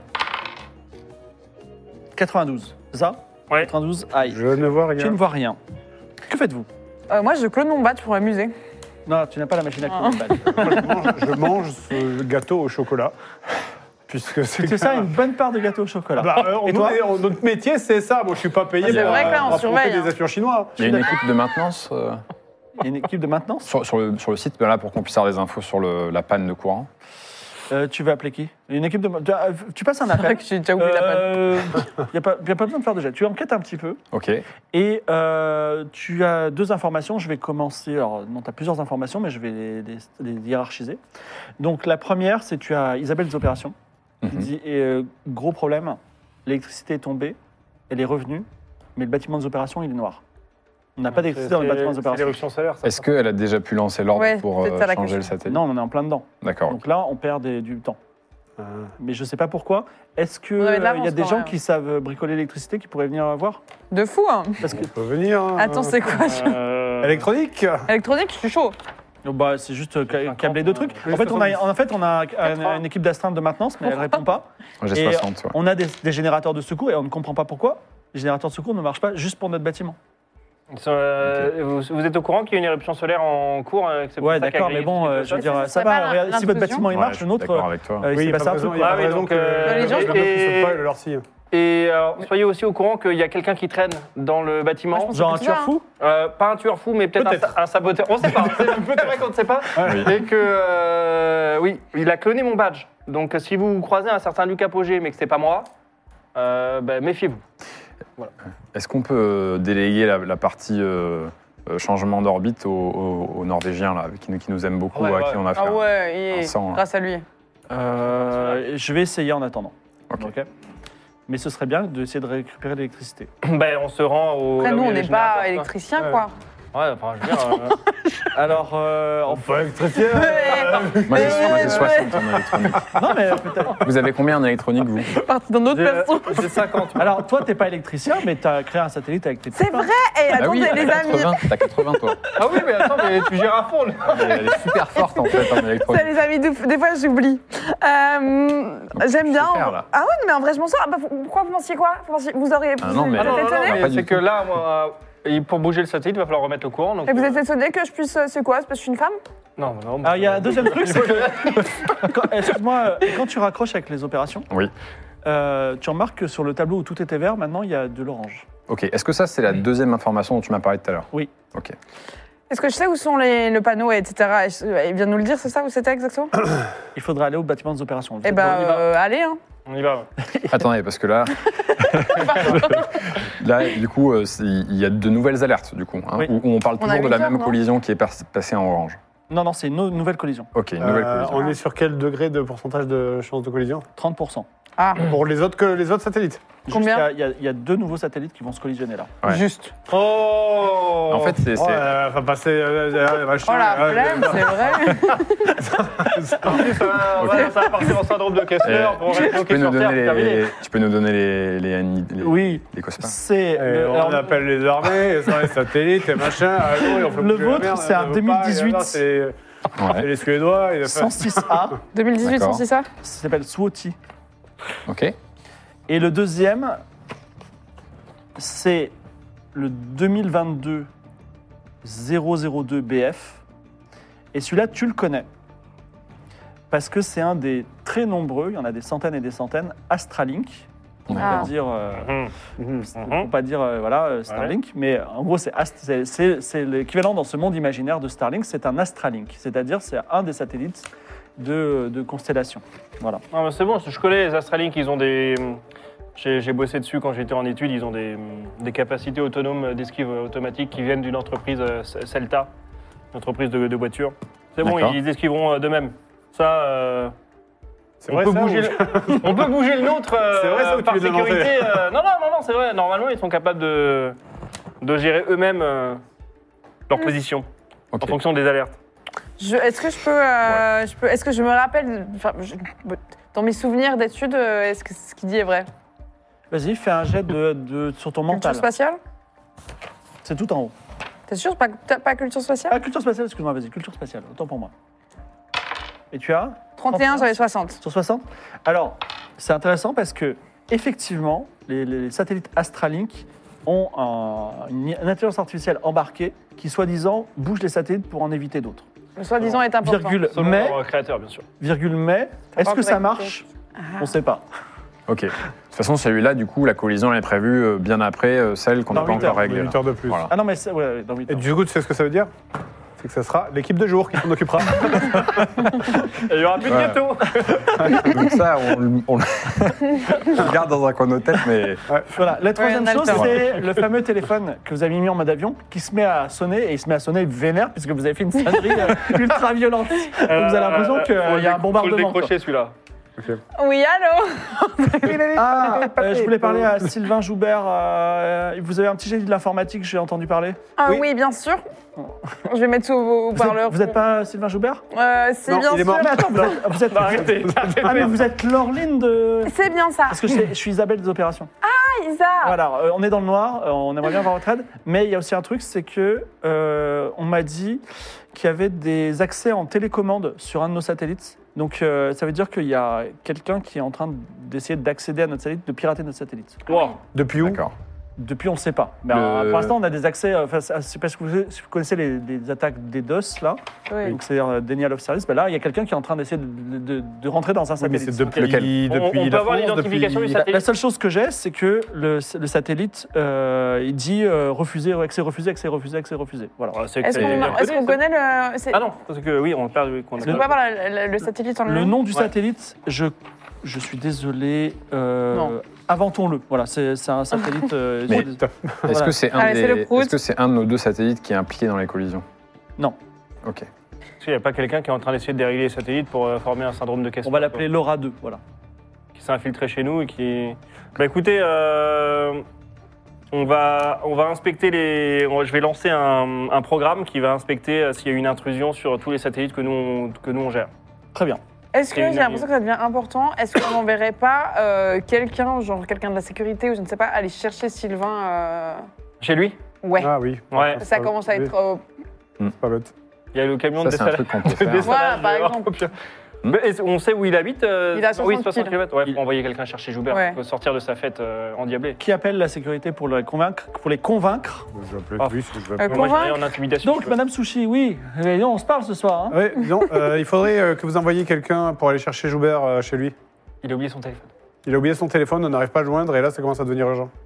quatre-vingt-douze, c'est ça? Ouais. quatre-vingt-douze, aïe. Je ne vois Tu rien. ne vois rien. Que faites-vous? Euh, moi je clone mon badge pour m'amuser. Non, tu n'as pas la machine à Ah. cloner de balle. je, mange, je mange ce gâteau au chocolat. Puisque c'est C'est ça, une bonne part de gâteau au chocolat. Bah, euh, on- Et toi? on- notre métier, c'est ça. Moi, je suis pas payé C'est pour, vrai que là, on pour affronter surveille, des hein. assureurs chinois. Il y a une équipe de maintenance euh, Il y a une équipe de maintenance. sur, sur le, sur le site, ben là, pour qu'on puisse avoir des infos sur le- la panne de courant. Euh, tu vas appeler qui? Une équipe de. Tu, euh, tu passes un C'est vrai appel. que j'ai déjà oublié la panne. Il n'y a, pas- y a pas besoin de faire de jet. Tu enquêtes un petit peu Ok. et euh, tu as deux informations. Je vais commencer. Alors, non, tu as plusieurs informations, mais je vais les, les- les hiérarchiser. Donc, la première, c'est tu as Isabelle des opérations qui Mhm. dit et, euh, gros problème, l'électricité est tombée, elle est revenue, mais le bâtiment des opérations, il est noir. On n'a pas d'électricité dans le bâtiment des C'est opérations. l'éruption solaire ça. Est-ce qu'elle a déjà pu lancer l'ordre Ouais, pour peut-être euh, ça la changer le question. satellite? Non, on en est en plein dedans. D'accord. Donc là, on perd des- du temps. Ah. Mais je ne sais pas pourquoi. Est-ce qu'il On avait de y a l'avance, des quand gens même. qui savent bricoler l'électricité qui pourraient venir voir? De fou, hein. Parce que On peut venir. hein. Attends, c'est quoi je- Euh, Électronique. Électronique, je suis chaud. oh, bah, c'est juste euh, ca- câbler deux trucs. Oui, En fait, on a, soixante-dix. en fait, on a un- une équipe d'astreinte de maintenance, mais elle ne répond pas. J'ai Et soixante, ouais. On a des, des générateurs de secours et on ne comprend pas pourquoi. Les générateurs de secours ne marchent pas juste pour notre bâtiment. euh, vous, vous êtes au courant qu'il y a une éruption solaire en cours euh, que c'est pour Ouais, ça qu'il y a d'accord, mais grillé bon, tout euh, le je veux sol dire, ce ça serait pas va. regarde, si votre l'intrusion bâtiment il Ouais, marche, je suis le nôtre, d'accord avec toi. euh, il Oui, s'est il n'y a passé pas un raison, truc. il y a Ah pas oui, raison donc, que euh, les gens le qui- bâtiment ne et- saute pas et le leur scie. Et alors, soyez aussi au courant qu'il y a quelqu'un qui traîne dans le bâtiment. Moi, je pense Genre un C'est tueur ça, fou. Euh, pas un tueur fou, mais peut-être un, Peut-être. sa- un saboteur. On sait pas. C'est peut-être vrai qu'on ne sait pas. Oui. Et que, euh, oui, il a cloné mon badge. Donc, si vous croisez un certain Luc Apogée, mais que c'est pas moi, euh, ben, méfiez-vous. Est-ce qu'on peut euh, déléguer la, la partie euh, euh, changement d'orbite aux, aux- aux Norvégiens, là, qui, nous- qui nous aiment beaucoup, Ouais, à ouais. qui on a Ah affaire? ouais, il est- Un sang, là. grâce à lui. Euh, je vais essayer en attendant. Ok. Ok. Mais ce serait bien d'essayer de récupérer l'électricité. Ben, on se rend au. Après, là où nous, il y a on les n'est pas générateurs, quoi. électricien, Ouais. quoi. Ouais, enfin, je veux dire. euh, Alors, euh, en- Enfin, électricien. Moi, j'ai moi, j'ai Ouais. soixante en électronique. non mais peut-être. Vous avez combien en électronique, vous? Parti dans notre façon. j'ai j'ai cinquante. Alors, toi, t'es pas électricien, mais tu as créé un satellite avec tes C'est copains. vrai. Et Ah attendez, oui, les t'as amis, quatre-vingts, t'as quatre-vingts, toi. Ah oui, mais attends, mais tu gères à fond. là. Elle est- elle est super forte, en fait, en ça, électronique. les amis, des des fois, j'oublie. Euh, J'aime bien. faire, là. Ah ouais, mais en vrai, je m'en sors. Ah bah, pourquoi vous pensiez quoi Vous pensiez- Vous auriez. Ah non, mais- vous Ah non, êtes non, non, étonné mais Pas du c'est tout. que là, moi, et pour bouger le satellite, il va falloir remettre le courant. Donc, Et vous euh, êtes étonné que je puisse. euh, C'est quoi C'est parce que je suis une femme Non, non. Alors, il y a un deuxième truc, c'est que. quand- Excuse-moi, euh, quand tu raccroches avec les opérations, Oui. euh, tu remarques que sur le tableau où tout était vert, maintenant, il y a de l'orange. Ok, est-ce que ça, c'est la deuxième information dont tu m'as parlé tout à l'heure? Oui. Ok. Est-ce que je sais où sont les, le panneau, et cetera. Il vient de nous le dire, c'est ça où c'était exactement Il faudrait aller au bâtiment des opérations. Eh ben, On y va. euh, allez, hein. On y va. ouais. Attendez, parce que là, là, du coup, euh, c'est- il y a de nouvelles alertes, du coup, hein, Oui. où, où on parle On a toujours de huit la heures, même non collision qui est pas- passée en orange. Non, non, c'est une no- nouvelle collision. Ok, une nouvelle Euh, collision. on est sur quel degré de pourcentage de chance de collision trente pour cent. Ah, pour les autres, que les autres satellites? Juste, Combien Il y, a- il y a- il y a deux nouveaux satellites qui vont se collisionner là. Ouais. juste. Oh En fait, c'est. Oh, c'est- euh, enfin, passer. Euh, euh, machin, Oh la euh, flemme, c'est vrai. ça va, on va- ça va partir en syndrome de Kessler Eh, pour tu, rester tu peux bloqué nous sur Terre, donner c'est terminé. les, tu peux nous donner les, les, les, Oui, les cospas. c'est. Et le- on alors, appelle les armées, et ça, les satellites et machin. Ah, non, et on fait Le bouger la vôtre, merde, c'est un on veut deux mille pas, et dix-huit. alors, C'est c'est Ouais. les Suédois. Et cent six A, deux mille dix-huit, D'accord. cent six ça ça s'appelle SWATI. Ok. Et le deuxième, c'est le deux mille vingt-deux zéro zéro deux B F. Et celui-là, tu le connais. Parce que c'est un des très nombreux, il y en a des centaines et des centaines, Astralink. On Ah. va pas dire, euh, Mhm. faut pas dire euh, voilà, euh, Starlink, mais en gros, c'est Ast- c'est- c'est c'est l'équivalent dans ce monde imaginaire de Starlink, c'est un Astralink. C'est-à-dire, c'est un des satellites de, de constellation. Voilà. Non, mais c'est bon, je connais les Astralink, ils ont des. J'ai j'ai bossé dessus quand j'étais en études, ils ont des, des capacités autonomes d'esquive automatique qui viennent d'une entreprise euh, Celta, une entreprise de, de voitures. C'est bon, D'accord. ils esquiveront euh, d'eux-mêmes. Ça, euh, C'est on, vrai, peut ça, bouger ou- le, on peut bouger le nôtre euh, C'est vrai, ça, ou tu par les as inventés sécurité. euh, non, non, non, non, c'est vrai. Normalement, ils sont capables de, de gérer eux-mêmes euh, leur position Ok. en fonction des alertes. Je- Est-ce que je peux, euh, je peux est-ce que je me rappelle, enfin, je- dans mes souvenirs d'études, euh, est-ce que ce qu'il dit est vrai? Vas-y, fais un jet de, de- sur ton Culture mental. spatiale? C'est tout en haut. T'es sûr? Pas, t'as pas culture spatiale? Ah, culture spatiale, excuse-moi, vas-y, culture spatiale, autant pour moi. Et tu as trente et un, j'avais soixante. Sur soixante. Alors, c'est intéressant parce que, effectivement, les, les satellites Astralink ont un- une, une intelligence artificielle embarquée qui, soi-disant, bouge les satellites pour en éviter d'autres. Le soi-disant est important. Virgule, Selon mais, leur créateur, bien sûr. virgule, mais, est-ce pas que ça vrai. marche On ne sait pas. Ok. De toute façon, celui-là, du coup, la collision, elle est prévue euh, bien après euh, celle qu'on n'a Dans pas huit encore heures, réglée. huit là. heures de plus. Voilà. Ah non, mais c'est, ouais, dans huit Et heures. du coup, tu sais ce que ça veut dire? C'est que ça sera l'équipe de jour qui s'en occupera. Il y aura plus de Ouais. gâteau. Donc ça, on, le- on le on le garde dans un coin de nos têtes, mais Voilà. La troisième on a le chose, temps. c'est le fameux téléphone que vous avez mis en mode avion qui se met à sonner et il se met à sonner vénère puisque vous avez fait une sonnerie euh, ultra violente. Donc vous avez l'impression qu'il Faut le y a un déc- bombardement. Faut le quoi. décrocher, celui-là. Oui, allô? Ah, euh, je voulais parler à Sylvain Joubert. euh, vous avez un petit génie de l'informatique, j'ai entendu parler. Ah Oui. oui, bien sûr. Je vais mettre sous vos Vous haut-parleurs. êtes, vous êtes pas Sylvain Joubert Euh, c'est Non, bien il est sûr. mort. Mais attends, vous êtes, vous êtes- Bah, arrêtez. ah mais vous êtes Laureline de. C'est bien ça. Parce que je, je suis Isabelle des opérations. Ah, Isa. Voilà, euh, on est dans le noir, euh, on aimerait bien avoir votre aide, mais il y a aussi un truc, c'est que euh, on m'a dit qu'il y avait des accès en télécommande sur un de nos satellites. Donc euh, ça veut dire qu'il y a quelqu'un qui est en train d'essayer d'accéder à notre satellite, de pirater notre satellite. Wow. Depuis où? d'accord. Depuis, on ne sait pas. Mais Le- euh, pour l'instant, on a des accès. euh, Enfin, c'est- c'est parce que vous, si vous connaissez les, les attaques des DOS, là, Oui. donc c'est euh, Denial of Service, ben là, il y a quelqu'un qui est en train d'essayer de, de- de rentrer dans un Oui, mais satellite. c'est depuis, Lequel depuis On- on peut la avoir France, l'identification depuis- du La, satellite. la seule chose que j'ai, c'est que le, le satellite, euh, il dit euh, refuser, accès refusé, accès refusé, accès refusé. Voilà. Ouais, c'est- Est-ce c'est bien qu'on est-ce codé, qu'on ça. connaît le. c'est- Ah non, parce que oui, on perd. qu'on a- Est-ce qu'on peut avoir la- la- le satellite en Le lui-même nom du Ouais. satellite, je, je suis désolé. Euh, Non. Inventons-le. Voilà, c'est c'est un satellite. euh, Mais- sur des- Est-ce Voilà. que c'est un, Allez, c'est le des- prout. est-ce que c'est un de nos deux satellites qui est impliqué dans les collisions? Non. Ok. Est-ce qu'il n'y a pas quelqu'un qui est en train d'essayer de dérégler les satellites pour euh, former un syndrome de Kessler On va l'appeler Laura deux. Voilà. qui s'est infiltré chez nous et qui. Bah écoutez, euh, on, va, on va inspecter les. on- je vais lancer un, un programme qui va inspecter euh, s'il y a une intrusion sur tous les satellites que nous, on- que nous on gère. Très bien. Est-ce que C'est une- j'ai l'impression que ça devient important? Est-ce qu'on n'enverrait pas euh, quelqu'un, genre quelqu'un de la sécurité ou je ne sais pas, aller chercher Sylvain euh, Chez lui Ouais. Ah oui. Ouais. Ça commence à Oui, être. euh, c'est pas bête. Il y a le camion Ça, de c'est un dessalage. truc qu'on peut de faire. dessalage, Voilà, par euh, exemple. Mais est-ce- on sait où il habite euh, Il a Oui, soixante soixante kilomètres. kilomètres. Ouais, faut envoyer quelqu'un chercher Joubert Ouais. pour sortir de sa fête euh, endiablée. Qui appelle la sécurité pour les convaincre, pour les convaincre. Je vais appeler Ah. oui, je vais Euh, appeler. Moi, j'ai Convaincre rien en intimidation. Donc, je peux- Madame Sushi, oui, Eh bien, on se parle ce soir. hein. Ouais, non, euh, il faudrait euh, que vous envoyiez quelqu'un pour aller chercher Joubert euh, chez lui. Il a oublié son téléphone. Il a oublié son téléphone, on n'arrive pas à le joindre et là ça commence à devenir urgent.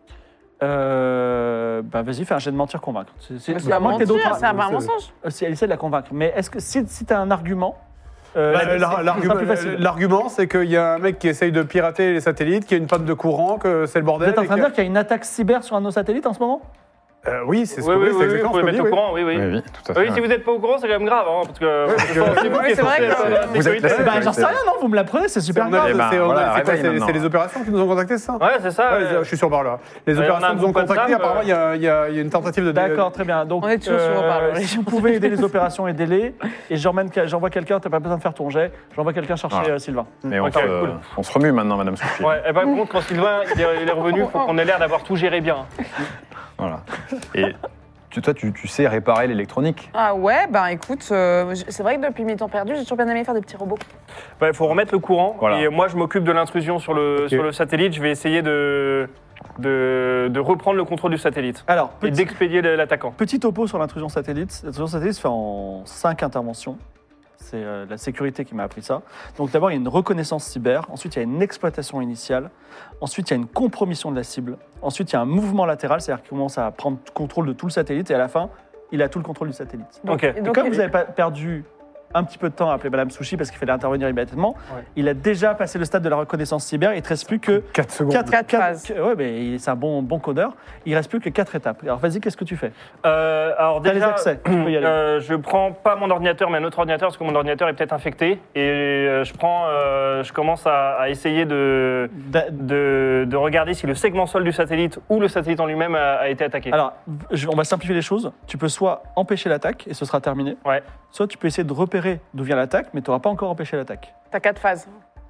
Euh, bah vas-y, fais un jet de mentir convaincre. C'est, c'est- Mais c'est à un moins que t'aies mentir, d'autres- c'est un c'est- mensonge. Euh, si elle essaie de la convaincre. Mais est-ce que si, si tu as un argument, euh, Bah, c'est- l'ar- ce l'argument- sera plus facile. L'argument, c'est qu'il y a un mec qui essaye de pirater les satellites, qu'il y a une panne de courant, que c'est le Vous bordel. êtes en et train de que- dire qu'il y a une attaque cyber sur un de nos satellites en ce moment? Euh, oui, c'est ce Oui, que oui, c'est oui, exactement il faut ce le que mettre dit, au oui. courant, oui, oui. Oui, oui, tout à fait. Oui, si vous n'êtes pas au courant, c'est quand même grave, hein, parce que parce que c'est vous qui Oui, êtes c'est vrai censé que- être la Vous êtes sécurité. la- Bah, j'en sais rien, non, vous me l'apprenez, c'est super On a- grave. Eh ben, c'est- on a- voilà, c'est quoi, réveille c'est- maintenant. c'est les opérations qui nous ont contactés, c'est ça Ouais, c'est ça. Ouais, ouais. je suis sur bar là. Les Ouais, on a opérations un nous ont groupe WhatsApp, contactés. euh, Apparemment, il y, a- il y a il y a une tentative de. D'accord, très bien. Donc, On est toujours sur haut-parleur, les si gens. vous pouvez aider les opérations, aidez-les. Et j'emmène, j'envoie quelqu'un, t'as pas besoin de faire ton jet. J'envoie quelqu'un chercher Voilà. euh, Sylvain. Mais on, Ok, se, cool. on se remue maintenant, Madame Sushi. Ouais, et par contre, quand Sylvain il est, il est revenu, il faut qu'on ait l'air d'avoir tout géré bien. Voilà. Et tu, toi, tu, tu sais réparer l'électronique. Ah ouais, ben écoute, euh, j- c'est vrai que depuis mi-temps perdu, j'ai toujours bien aimé faire des petits robots. Il faut remettre le courant. Voilà. Et moi, je m'occupe de l'intrusion sur le, Ok. sur le satellite. Je vais essayer de, de, de reprendre le contrôle du satellite Alors, et petit, d'expédier l'attaquant. petit topo sur l'intrusion satellite. L'intrusion satellite se fait en cinq interventions. C'est euh, la sécurité qui m'a appris ça. Donc d'abord, il y a une reconnaissance cyber. Ensuite, il y a une exploitation initiale. Ensuite, il y a une compromission de la cible. Ensuite, il y a un mouvement latéral, c'est-à-dire qu'il commence à prendre contrôle de tout le satellite. Et à la fin, il a tout le contrôle du satellite. Ok. Et Et donc, comme il- vous avez pas perdu un petit peu de temps à appeler Madame Sushi parce qu'il fallait intervenir immédiatement, Ouais. il a déjà passé le stade de la reconnaissance cyber. Il ne te reste plus que quatre secondes. quatre, Quatre quatre- phases. ouais, mais il- c'est un bon, bon codeur. Il reste plus que quatre étapes. Alors vas-y, qu'est-ce que tu fais? Euh, alors T'as les déjà, accès, tu peux y aller. euh, je prends pas mon ordinateur, mais un autre ordinateur parce que mon ordinateur est peut-être infecté. Et euh, je prends, euh, je commence à, à essayer de, Da- de, de regarder si le segment sol du satellite ou le satellite en lui-même a, a été attaqué. Alors, je- on va simplifier les choses. Tu peux soit empêcher l'attaque et ce sera terminé. Ouais. Soit tu peux essayer de repérer d'où vient l'attaque, mais tu n'auras pas encore empêché l'attaque. T'as quatre phases.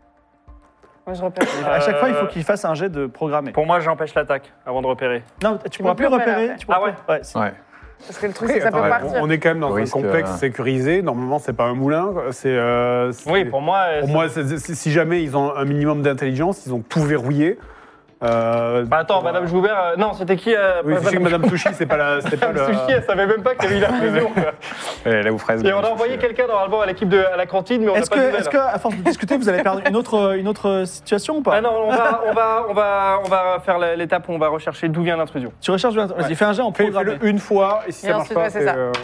Moi, je repère. À chaque Euh, fois, il faut qu'il fasse un jet de programmer. Pour moi, j'empêche l'attaque avant de repérer. Non, tu pourras peux plus plus repérer repérer. après. Tu pourras Ah ouais plus- ouais, si. Ouais. Parce que le truc, Après, c'est que ça peut attends, partir. on est quand même dans Au un risque, complexe euh, sécurisé. Normalement, c'est pas un moulin. quoi. C'est. euh, c'est- Oui, pour moi. Pour c'est- moi, c'est- c'est- si jamais ils ont un minimum d'intelligence, ils ont tout verrouillé. Euh, Bah attends, Madame Joubert. euh, non, c'était qui euh, Oui, je sais que Madame Sushi, c'est pas la. C'était pas Madame le. Sushi, elle savait même pas qu'il y avait eu la fusion. quoi. Et là, vous fraise. Et on a envoyé quelqu'un normalement à l'équipe de à la cantine, mais on n'a Est-ce pas que, de nouvelles. est-ce que, à force de discuter, vous allez perdre une autre, une autre situation ou pas? Ah non, on va, on va, on va, on va faire la- l'étape où on va rechercher d'où vient l'intrusion. Tu recherches. Vas-y, Ouais. fais un jet en Fais- programmé. Fais-le une fois, et si Et ça marche ensuite, pas, ouais, c'est c'est. ça. euh,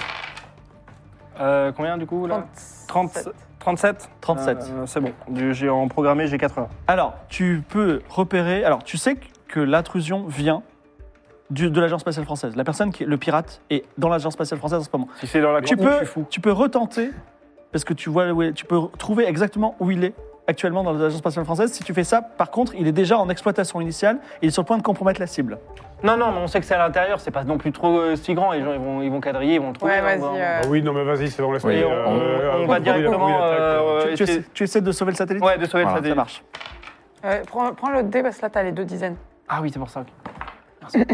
Euh, combien du coup là trente, trente-sept trente-sept. Euh, c'est bon. Du- J'ai en programmé, j'ai quatre heures. Alors, tu peux repérer. Alors, tu sais que l'intrusion vient du- de l'agence spatiale française. La personne qui est le pirate est dans l'agence spatiale française en ce moment. Si c'est dans la Tu cantine, je peux, suis fou. tu peux retenter parce que tu vois où est- tu peux trouver exactement où il est actuellement dans l'agence spatiale française. Si tu fais ça, par contre, il est déjà en exploitation initiale et il est sur le point de compromettre la cible. Non, non, mais on sait que c'est à l'intérieur, c'est pas non plus trop euh, si grand. Les gens ils vont, ils vont quadriller, ils vont le trouver. Ouais, hein, vas-y. on va- euh, Ah oui, non, mais vas-y, c'est bon, laisse-moi. Oui, Et on, euh, on- euh, on va oui, directement. oui, l'attaque, euh, tu, tu essayer- essaies, tu essaies de sauver le satellite? Ouais, de sauver Voilà. le Ça satellite. marche. euh, prends, prends le dé parce que là, t'as les deux dizaines. Ah oui, c'est pour ça. ok. Merci.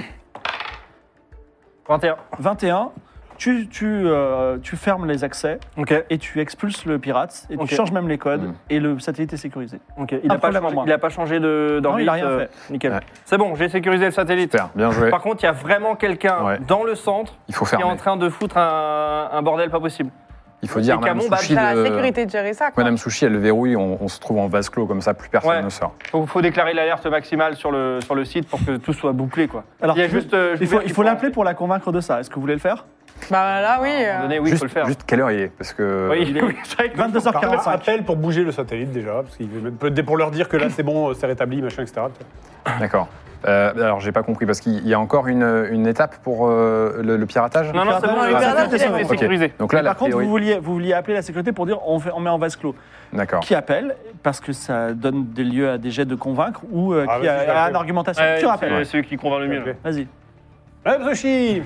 vingt et un. vingt et un. Tu, tu, euh, tu fermes les accès Ok. et tu expulses le pirate et Ok. tu changes même les codes Mm. et le satellite est sécurisé. Ok. Il Un n'a pas, problème en changé- moins. il a pas changé de- d'orbite. il a rien euh, fait. Nickel. Ouais. C'est bon, j'ai sécurisé le satellite. Super, bien joué. Par contre, il y a vraiment quelqu'un Ouais. dans le centre Il faut qui est fermer. en train de foutre un, un bordel pas possible. Il faut dire, Et Madame Camon, bah, Sushi, T'as de- la sécurité de gérer ça, quoi. Madame Sushi, elle le verrouille, on, on se trouve en vase clos, comme ça, plus personne Ouais. ne sort. Il faut déclarer l'alerte maximale sur le, sur le site pour que tout soit bouclé. Quoi. Alors, il y a tu veux- juste. euh, Il faut, Joubert il qui faut prend- l'appeler pour la convaincre de ça. Est-ce que vous voulez le faire? Bah là, oui. À un moment euh, donné, oui, il juste, faut le faire. juste quelle heure il est Parce que. Oui, oui, c'est vrai que- vingt-deux heures quarante-cinq. Appelle pour bouger le satellite déjà, parce qu'il veut même- peut- pour leur dire que là c'est bon, c'est rétabli, machin, et cetera. D'accord. Euh, alors, j'ai pas compris, parce qu'il y a encore une, une étape pour euh, le, le piratage Non, non, c'est bon, Non, le le satellite piratage, est c'est sécurisé. Donc là, Mais la par contre, théorie- vous vouliez, vous vouliez appeler la sécurité pour dire on, fait, on met en vase clos. D'accord. Qui appelle, parce que ça donne des lieux à des jets de convaincre ou euh, Ah, qui vas-y, je a, a l'appelle. une argumentation. Ouais, tu rappelles. c'est celui qui convainc le mieux. là. Ok. Vas-y. Madame Sushi,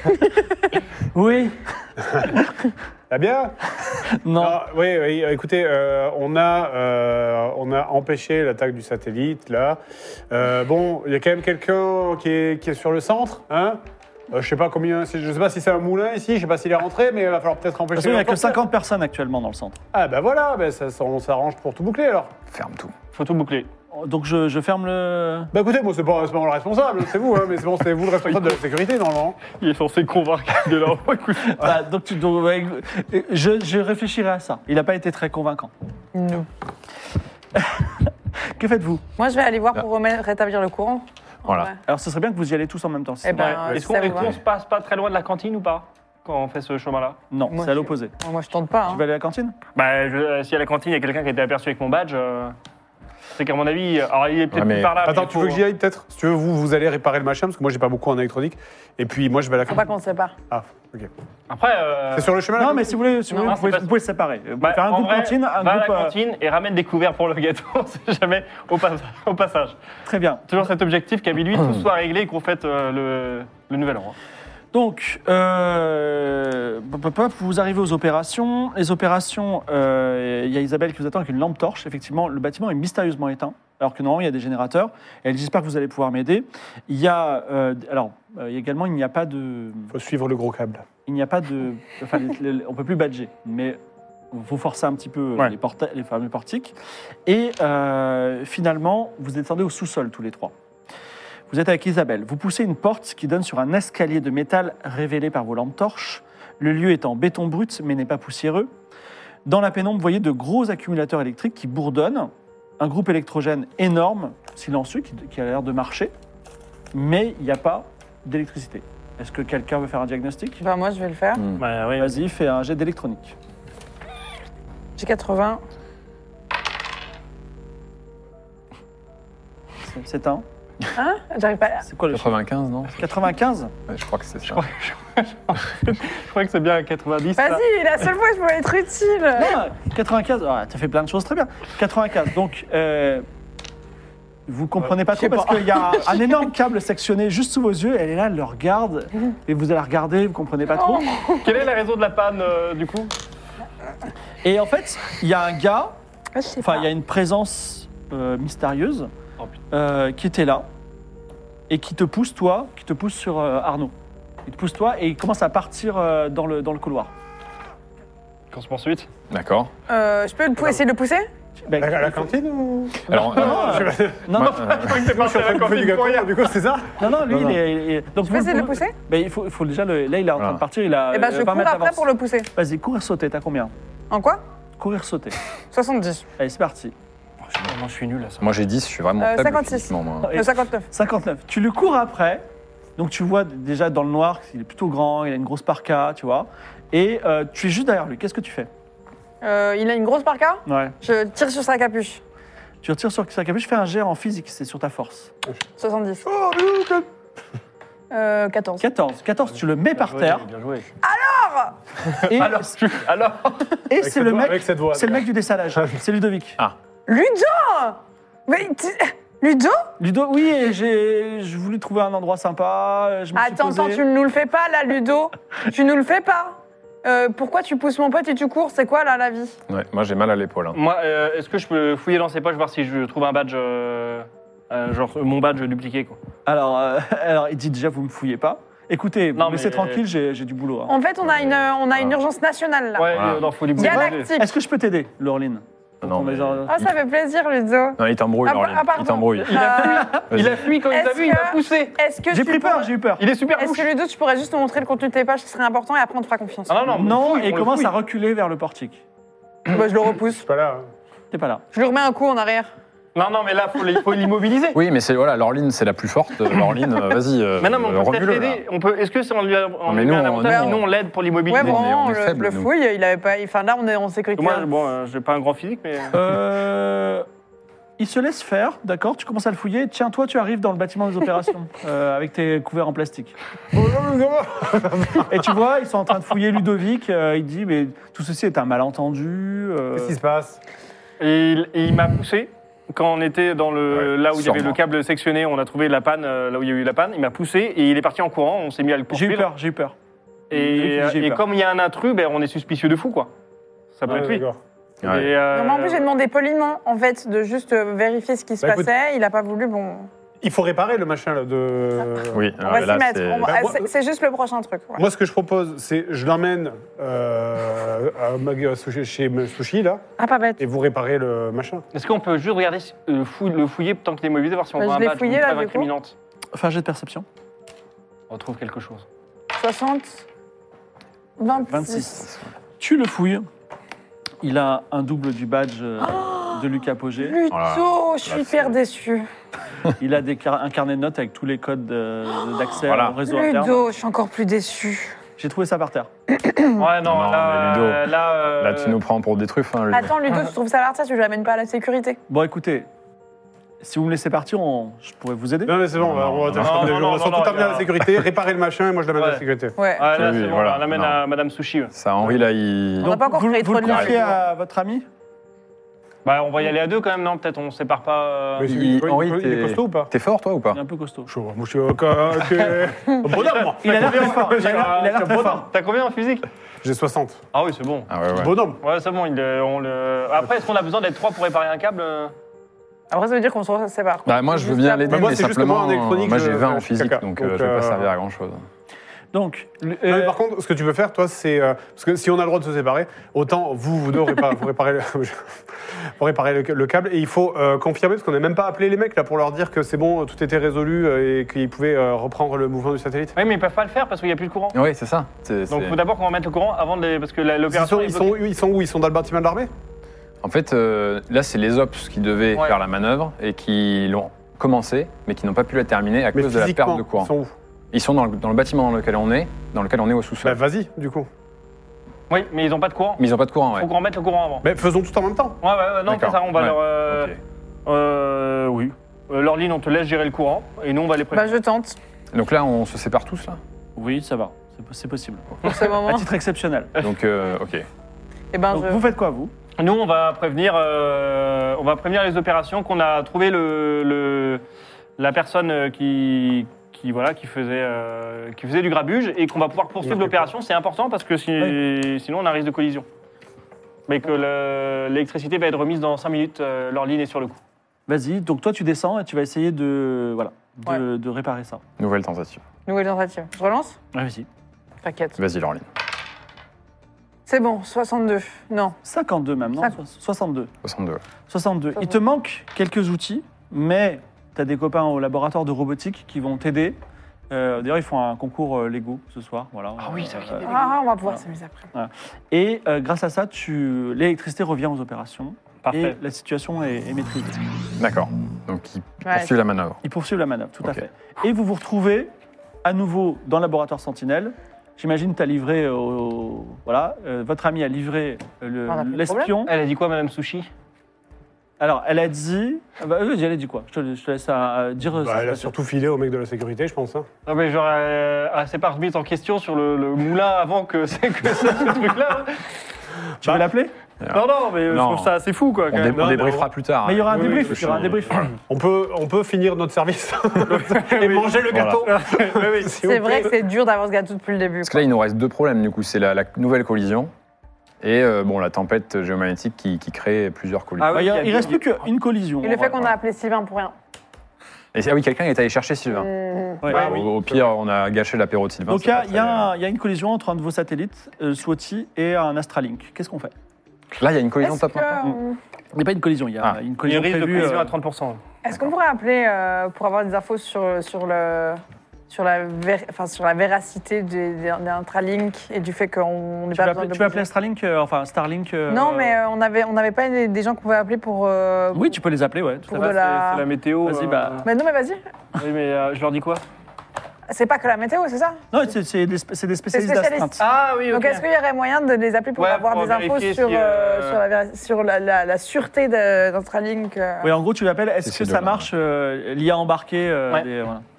Oui. ça bien Non. Ah, oui, oui, écoutez, euh, on, a, euh, on a empêché l'attaque du satellite, là. Euh, bon, il y a quand même quelqu'un qui est, qui est sur le centre, hein euh, je sais pas combien, c'est- je sais pas si c'est un moulin ici, je sais pas s'il est rentré, mais il va falloir peut-être De toute empêcher. façon, il n'y a le que porteur. cinquante personnes actuellement dans le centre. Ah bah voilà, bah ça, ça- on s'arrange pour tout boucler alors. Ferme tout. Faut tout boucler. Donc je, je ferme le. Bah écoutez, moi c'est pas, c'est pas moi le responsable, c'est vous, hein, mais c'est bon, c'est vous le responsable de la sécurité normalement. Il est censé convaincre de leur. Écoute. Bah, donc, tu, donc, ouais, je, je réfléchirai à ça. Il n'a pas été très convaincant. Non. Que faites-vous? Moi, je vais aller voir pour remettre- rétablir le courant. En Voilà. vrai. Alors, ce serait bien que vous y allez tous en même temps. Eh ben, Ouais. Est-ce qu'on ça est-ce vous va. qu'on se passe pas très loin de la cantine ou pas quand on fait ce chemin-là? Non, Moi, c'est à je- l'opposé. Moi, je tente pas. Tu Hein. vas aller à la cantine? Bah, je- euh, si à la cantine il y a quelqu'un qui a été aperçu avec mon badge. euh, C'est qu'à mon avis, alors il est peut-être Ouais, mais- plus par là. Attends, mais tu faut- veux que j'y aille peut-être? Si tu veux, vous, vous allez réparer le machin, parce que moi, j'ai pas beaucoup en électronique. Et puis, moi, je vais à la Faut pas qu'on se sépare. Ah, ok. Après. euh, C'est sur le chemin là Non, mais si vous voulez, si vous, Non, voulez, non, vous, pouvez, c'est pas- vous pouvez se séparer. Vous bah, pouvez faire un en groupe vrai, cantine, un va groupe. à la euh, cantine et ramène des couverts pour le gâteau, on sait jamais, au, pas- au passage. Très bien. Toujours cet objectif qu'à minuit, tout soit réglé et qu'on fête euh, le, le nouvel an. hein. Donc, euh, pop, pop, pop, vous arrivez aux opérations. Les opérations, euh, il y a Isabelle qui vous attend avec une lampe torche. Effectivement, le bâtiment est mystérieusement éteint, alors que normalement, il y a des générateurs. Et elle dit, j'espère que vous allez pouvoir m'aider. Il y a, euh, alors, euh, également, il n'y a pas de... Faut suivre le gros câble. Il n'y a pas de... Enfin, les- les- on ne peut plus badger, mais vous forcez un petit peu Ouais. les, porta- les fameux portiques. Et euh, finalement, vous descendez au sous-sol tous les trois. Vous êtes avec Isabelle. Vous poussez une porte qui donne sur un escalier de métal révélé par vos lampes torches. Le lieu est en béton brut, mais n'est pas poussiéreux. Dans la pénombre, vous voyez de gros accumulateurs électriques qui bourdonnent. Un groupe électrogène énorme, silencieux, qui, qui a l'air de marcher. Mais il n'y a pas d'électricité. Est-ce que quelqu'un veut faire un diagnostic? Bah, moi, je vais le faire. Hmm. Bah, oui, Vas-y, fais un jet d'électronique. J'ai quatre-vingts. C'est- C'est un. Hein? J'arrive pas. C'est quoi le chiffre? quatre-vingt-quinze, non? quatre-vingt-quinze. Ouais, je crois que c'est ça. crois- je crois que c'est bien à quatre-vingt-dix. ça. Vas-y, la seule fois où je pourrais être utile. Non, quatre-vingt-quinze, ah, tu as fait plein de choses très bien. quatre-vingt-quinze, donc euh, vous comprenez pas Je sais trop parce pas. qu'il y a un énorme câble sectionné juste sous vos yeux, elle est là, elle le regarde, et vous allez la regarder, vous comprenez pas trop. Quelle est la raison de la panne, euh, du coup? Et en fait, il y a un gars, Ah, je sais enfin pas. il y a une présence euh, mystérieuse Oh, putain. euh, qui était là, et qui te pousse toi, qui te pousse sur euh, Arnaud. Il te pousse toi, et il commence à partir euh, dans, le, dans le couloir. Qu'on se poursuite. D'accord. Euh, je peux le pou- essayer de le pousser? Ben, À la cantine ou? Alors, non, euh, euh, non, non, moi, euh, Je crois que t'es parti à la On fait du cantine pour gâteau, rien. du coup, c'est ça? non, non, lui, Non, non. il est... il est- donc Je peux vous- essayer de le vous- pousser? ben, il, faut, il faut déjà le... Là, il est en train Voilà. de partir, il a Eh ben, euh, je vingt cours mètres après d'avance. pour le pousser. Vas-y, courir, sauter, t'as combien? En quoi? Courir, sauter. soixante-dix. Allez, c'est parti. Moi, je suis nul à ça. moi j'ai dix, je suis vraiment Euh, faible cinquante-six. physiquement, moi. Et- Le cinquante-neuf. cinquante-neuf. Tu le cours après, donc tu vois déjà dans le noir qu'il est plutôt grand, il a une grosse parka, tu vois, et euh, tu es juste derrière lui. Qu'est-ce que tu fais? Euh, il a une grosse parka. Ouais. Je tire sur sa capuche. Tu retires sur sa capuche, fais un jet en physique, c'est sur ta force. soixante-dix. Oh, Luc! Euh, quatorze. quatorze. quatorze, tu le mets par Bien terre, joué, Bien joué. et, Alors, tu- alors et Avec c'est cette le voix- mec, avec cette voix. c'est le mec du dessalage, c'est Ludovic. Ludo! Mais tu- Ludo? Ludo, oui, et j'ai j'ai voulu trouver un endroit sympa, je me suis Attends, posé. attends, tu ne nous le fais pas là, Ludo. Tu nous le fais pas. Euh, pourquoi tu pousses mon pote et tu cours? C'est quoi là la vie? Ouais, moi j'ai mal à l'épaule. hein. Moi, euh, est-ce que je peux fouiller dans ses poches, voir si je trouve un badge, euh, euh, genre mon badge dupliqué, quoi. Alors, euh, alors, il dit déjà, vous me fouillez pas. Écoutez, Non, vous me laissez mais- tranquille, j'ai j'ai du boulot. hein. En fait, on a une, on a une urgence nationale là. Ouais, Voilà. euh, dans Folie Boule. Galactique. Est-ce que je peux t'aider, Laureline? Non, mais- Ah, ça fait plaisir, Ludo. Non, il t'embrouille, Ah, Laureline. ah, pardon. Il t'embrouille. Euh, Il a fui quand il t'a Est-ce vu, il a que- poussé. Est-ce que J'ai tu pris peur, pourrais- j'ai eu peur. Il est super Est-ce louche. que Ludo, tu pourrais juste nous montrer le contenu de tes pages, ce serait important, et après on te fera confiance. Ah non, non, Non, on le fouille, et on le commence fouille. à reculer vers le portique. Bah, je le repousse. Je suis pas là. hein. T'es pas là. Je lui remets un coup en arrière. Non, non, mais là, faut il faut l'immobiliser. Oui, mais c'est voilà, Laureline, c'est la plus forte. Euh, Laureline, euh, vas-y, euh, Mais non, mais on peut peut-être remue-le, là. l'aider. On peut. Est-ce que c'est en lui a, en mais lui nous, a un on- avantage, nous, sinon on- on l'aide pour l'immobiliser. Ouais, mais vraiment, on est le, faible, le nous. fouille, il avait pas. Enfin, là, on est en sécurité. Moi, bon, euh, j'ai pas un grand physique, mais. Euh, il se laisse faire, d'accord? Tu commences à le fouiller. Tiens, toi, tu arrives dans le bâtiment des opérations euh, avec tes couverts en plastique. Et tu vois, ils sont en train de fouiller Ludovic. euh, il dit, mais tout ceci est un malentendu. euh, Qu'est-ce qui se passe? Et il, et il m'a poussé. Quand on était dans le, Ouais, là où il y avait sûrement. le câble sectionné, on a trouvé la panne, euh, là où il y a eu la panne. Il m'a poussé et il est parti en courant. On s'est mis à le J'ai eu poursuivre. peur, j'ai eu peur. Et, J'ai eu et peur. comme il y a un intrus, ben, on est suspicieux de fou, quoi. Ça peut Ouais, être lui. d'accord. Ouais. Et, euh, Non, mais en plus, j'ai demandé poliment, en fait, de juste euh, vérifier ce qui se Bah, écoute- passait. Il a pas voulu, bon. Il faut réparer le machin là de. Oui, On euh, va là, s'y mettre. c'est- On va- Bah, ah, moi- c'est- C'est juste le prochain truc. ouais. Moi, ce que je propose, c'est je l'emmène euh, à Mag- Sushi- chez Sushi là, Ah, pas bête. et vous réparez le machin. Est-ce qu'on peut juste regarder, si- euh, fouille- le fouiller tant qu'il est mobilisé, voir si on Bah, voit je un l'ai badge, fouillé, une là, preuve du coup. incriminante? Enfin, un jet de perception. On trouve quelque chose. soixante. vingt-six. vingt-six. Tu le fouilles. Il a un double du badge euh, de Lucas Pogé. Ludo, Voilà. je suis Là, hyper c'est- déçue. Il a des car- un carnet de notes avec tous les codes de- d'accès Voilà. au réseau interne. Ludo, je suis encore plus déçue. J'ai trouvé ça par terre. Ouais, non, Non, là, mais Ludo, là, euh, Là, tu nous prends pour des truffes, hein, Ludo. Attends, Ludo, tu trouves ça partir, tu ne l'amènes pas à la sécurité. Bon, écoutez, Si vous me laissez partir, on- je pourrais vous aider. Non, mais c'est bon, on va, on va, non, on va- non, on non, va non, tout non, amener à non. la sécurité, réparer le machin et moi je l'amène à la Ouais. sécurité. Ouais. Ah, là, Oui, c'est bon, voilà, on l'amène non. à Madame Sushi. ouais. Ça, Henri, là, il. On n'a pas encore vous, créé vous trop le de liens. confiez à votre ami? Bah, on va y aller à deux quand même, non? Peut-être on sépare pas. euh, Mais Il- il, Henri, il est t'es- costaud ou pas T'es fort, toi, ou pas Il est un peu costaud. Chaud, moi je suis au cas. Bonhomme, moi. Il a l'air très fort. Il a l'air il a l'air très Bonhomme. fort. T'as combien en physique? J'ai soixante. Ah oui, c'est bon. Ah ouais, ouais. Bonhomme. Ouais, c'est bon. Il, est- on le... Après, est-ce qu'on a besoin d'être trois pour réparer un câble? euh Après, ça veut dire qu'on se sépare. Bah, moi, je veux Juste bien là, l'aider, Bah, moi, mais c'est juste que moi, simplement, en électronique, moi, je- j'ai vingt en je- physique, caca. donc, euh, Donc, je vais euh, pas servir à grand-chose. Donc, le- Non, mais euh, par contre, ce que tu peux faire, toi, c'est. euh, parce que si on a le droit de se séparer, autant vous, vous deux, répa- vous réparez, le, vous réparez le, le câble. Et il faut euh, confirmer, parce qu'on n'a même pas appelé les mecs là pour leur dire que c'est bon, tout était résolu euh, et qu'ils pouvaient euh, reprendre le mouvement du satellite. Oui, mais ils peuvent pas le faire parce qu'il n'y a plus de courant. Oui, c'est ça. C'est- Donc, c'est- il faut d'abord qu'on remette le courant avant de les... Parce que la- Ils l'opération. sont, est ils, sont, bloquée. où- ils sont où Ils sont dans le bâtiment de l'armée En fait, euh, là, c'est les Ops qui devaient Ouais. faire la manœuvre et qui l'ont commencé, mais qui n'ont pas pu la terminer à Mais cause de la physiquement, perte de courant. ils sont où Ils sont dans le, dans le bâtiment dans lequel on est, dans lequel on est au Bah sous-sol. vas-y, du coup. Oui, mais ils n'ont pas de courant. mais ils n'ont pas de courant, Il ouais. faut qu'on remette le courant avant. Mais faisons tout en même temps. Ouais, ouais, ouais, non, D'accord. c'est ça, on va Ouais. leur. Euh, Ok. euh, oui. Euh, Laureline, on te laisse gérer le courant et nous, on va les Bah, prévenir. je tente. Donc là, on se sépare tous, là oui, ça va. C'est- C'est possible. Pour ce À moment. titre exceptionnel. Donc, euh, ok. Et ben, Donc, je. vous faites quoi, vous? Nous, on va prévenir, euh, on va prévenir les opérations qu'on a trouvé le, le- la personne euh, qui, qui, voilà, qui, faisait, euh, qui faisait du grabuge et qu'on va pouvoir poursuivre Ok. l'opération. C'est important parce que si- sinon, on a un risque de collision. Mais que le- l'électricité va être remise dans cinq minutes. Euh, leur ligne est sur le coup. Vas-y, donc toi tu descends et tu vas essayer de, voilà, de, de réparer ça. Nouvelle tentative. Nouvelle tentative. Je relance Ouais, vas-y. T'inquiète. Vas-y, Laureline. C'est bon, soixante-deux. Non. cinquante-deux même, non Cinq- So- soixante-deux. soixante-deux. soixante-deux. Il te manque quelques outils, mais tu as des copains au laboratoire de robotique qui vont t'aider. Euh, D'ailleurs, ils font un concours euh, Lego ce soir. Voilà. Ah oui, ça Euh, va qu'il y ait Ah, on va pouvoir Voilà. s'amuser après. Et euh, grâce à ça, tu... l'électricité revient aux opérations Parfait. et la situation est, est maîtrisée. D'accord. Donc, ils Ouais, poursuivent la manœuvre. Ils poursuivent la manœuvre, tout à Ok. fait. Et vous vous retrouvez à nouveau dans le laboratoire Sentinelle. J'imagine que tu as livré, au- voilà, euh, votre ami a livré euh, le- On a plus de l'espion. Elle a dit quoi, Madame Sushi? Alors, elle a dit. Ah bah, oui, elle a dit quoi? Je te, je te laisse à, à dire. euh, Bah, ça, elle a ça- surtout filé au mec de la sécurité, je pense. hein. Non, mais genre, euh, elle s'est pas remise en question sur le, le moulin avant que c'est que ça, ce truc-là. Tu veux l'appeler? Non, non, mais euh, je Non. trouve ça assez fou, quoi. quand On, dé- même. on Non, débriefera mais plus tard. Mais il y aura un Oui, débrief. oui, Il y aura un débrief. On peut, on peut finir notre service et manger le gâteau. Oui, oui. C'est vrai que c'est dur d'avoir ce gâteau depuis le début. Parce que là, il nous reste deux problèmes, du coup. C'est la, la nouvelle collision et euh, bon, la tempête géomagnétique qui, qui crée plusieurs collisions. Ah Bah, oui, il y a- il y a il deux- reste plus qu'une collision. Et le fait qu'on Ouais. a appelé Sylvain pour rien. Et ah oui, quelqu'un est allé chercher Sylvain. Mmh. Ouais. Bah, au, au pire, on a gâché l'apéro de Sylvain. Donc, il c'est y, a- pas il y a très- un- il y a une collision entre un de vos satellites, euh, SWATI, et un Astralink. Qu'est-ce qu'on fait? Là, il y a une collision Est-ce top que, maintenant. euh, Il n'y a pas une collision, il y a Ah. une Il y a collision un risque de prévue. collision euh, à trente pour cent. Est-ce qu'on pourrait appeler euh, pour avoir des infos sur, sur, le, sur, la, ver- enfin, sur la véracité des, des, des Intralink et du fait qu'on n'est Tu pas veux besoin appeler, de tu veux appeler Astralink, euh, enfin Starlink euh, Non, mais euh, on n'avait on avait pas des, des gens qu'on pouvait appeler pour. euh, Oui, tu peux les appeler, ouais. Tout à Pour fait. de la- C'est la météo. Vas-y, euh, bah. Mais non, mais vas-y. Oui, mais euh, je leur dis quoi? C'est pas que la météo, c'est ça? Non, c'est c'est des, spé- c'est des spécialistes spécialistes. d'astreinte. Ah oui, ok. Donc est-ce qu'il y aurait moyen de les appeler pour Ouais, avoir pour des infos vérifier sur, si, euh, euh, sur, la, véra- sur la, la- la sûreté de- d'Intralink euh, Oui, en gros, tu l'appelles. Est-ce C'est que ces ça deux-là. marche euh, l'I A embarqué euh, Ouais. des- voilà.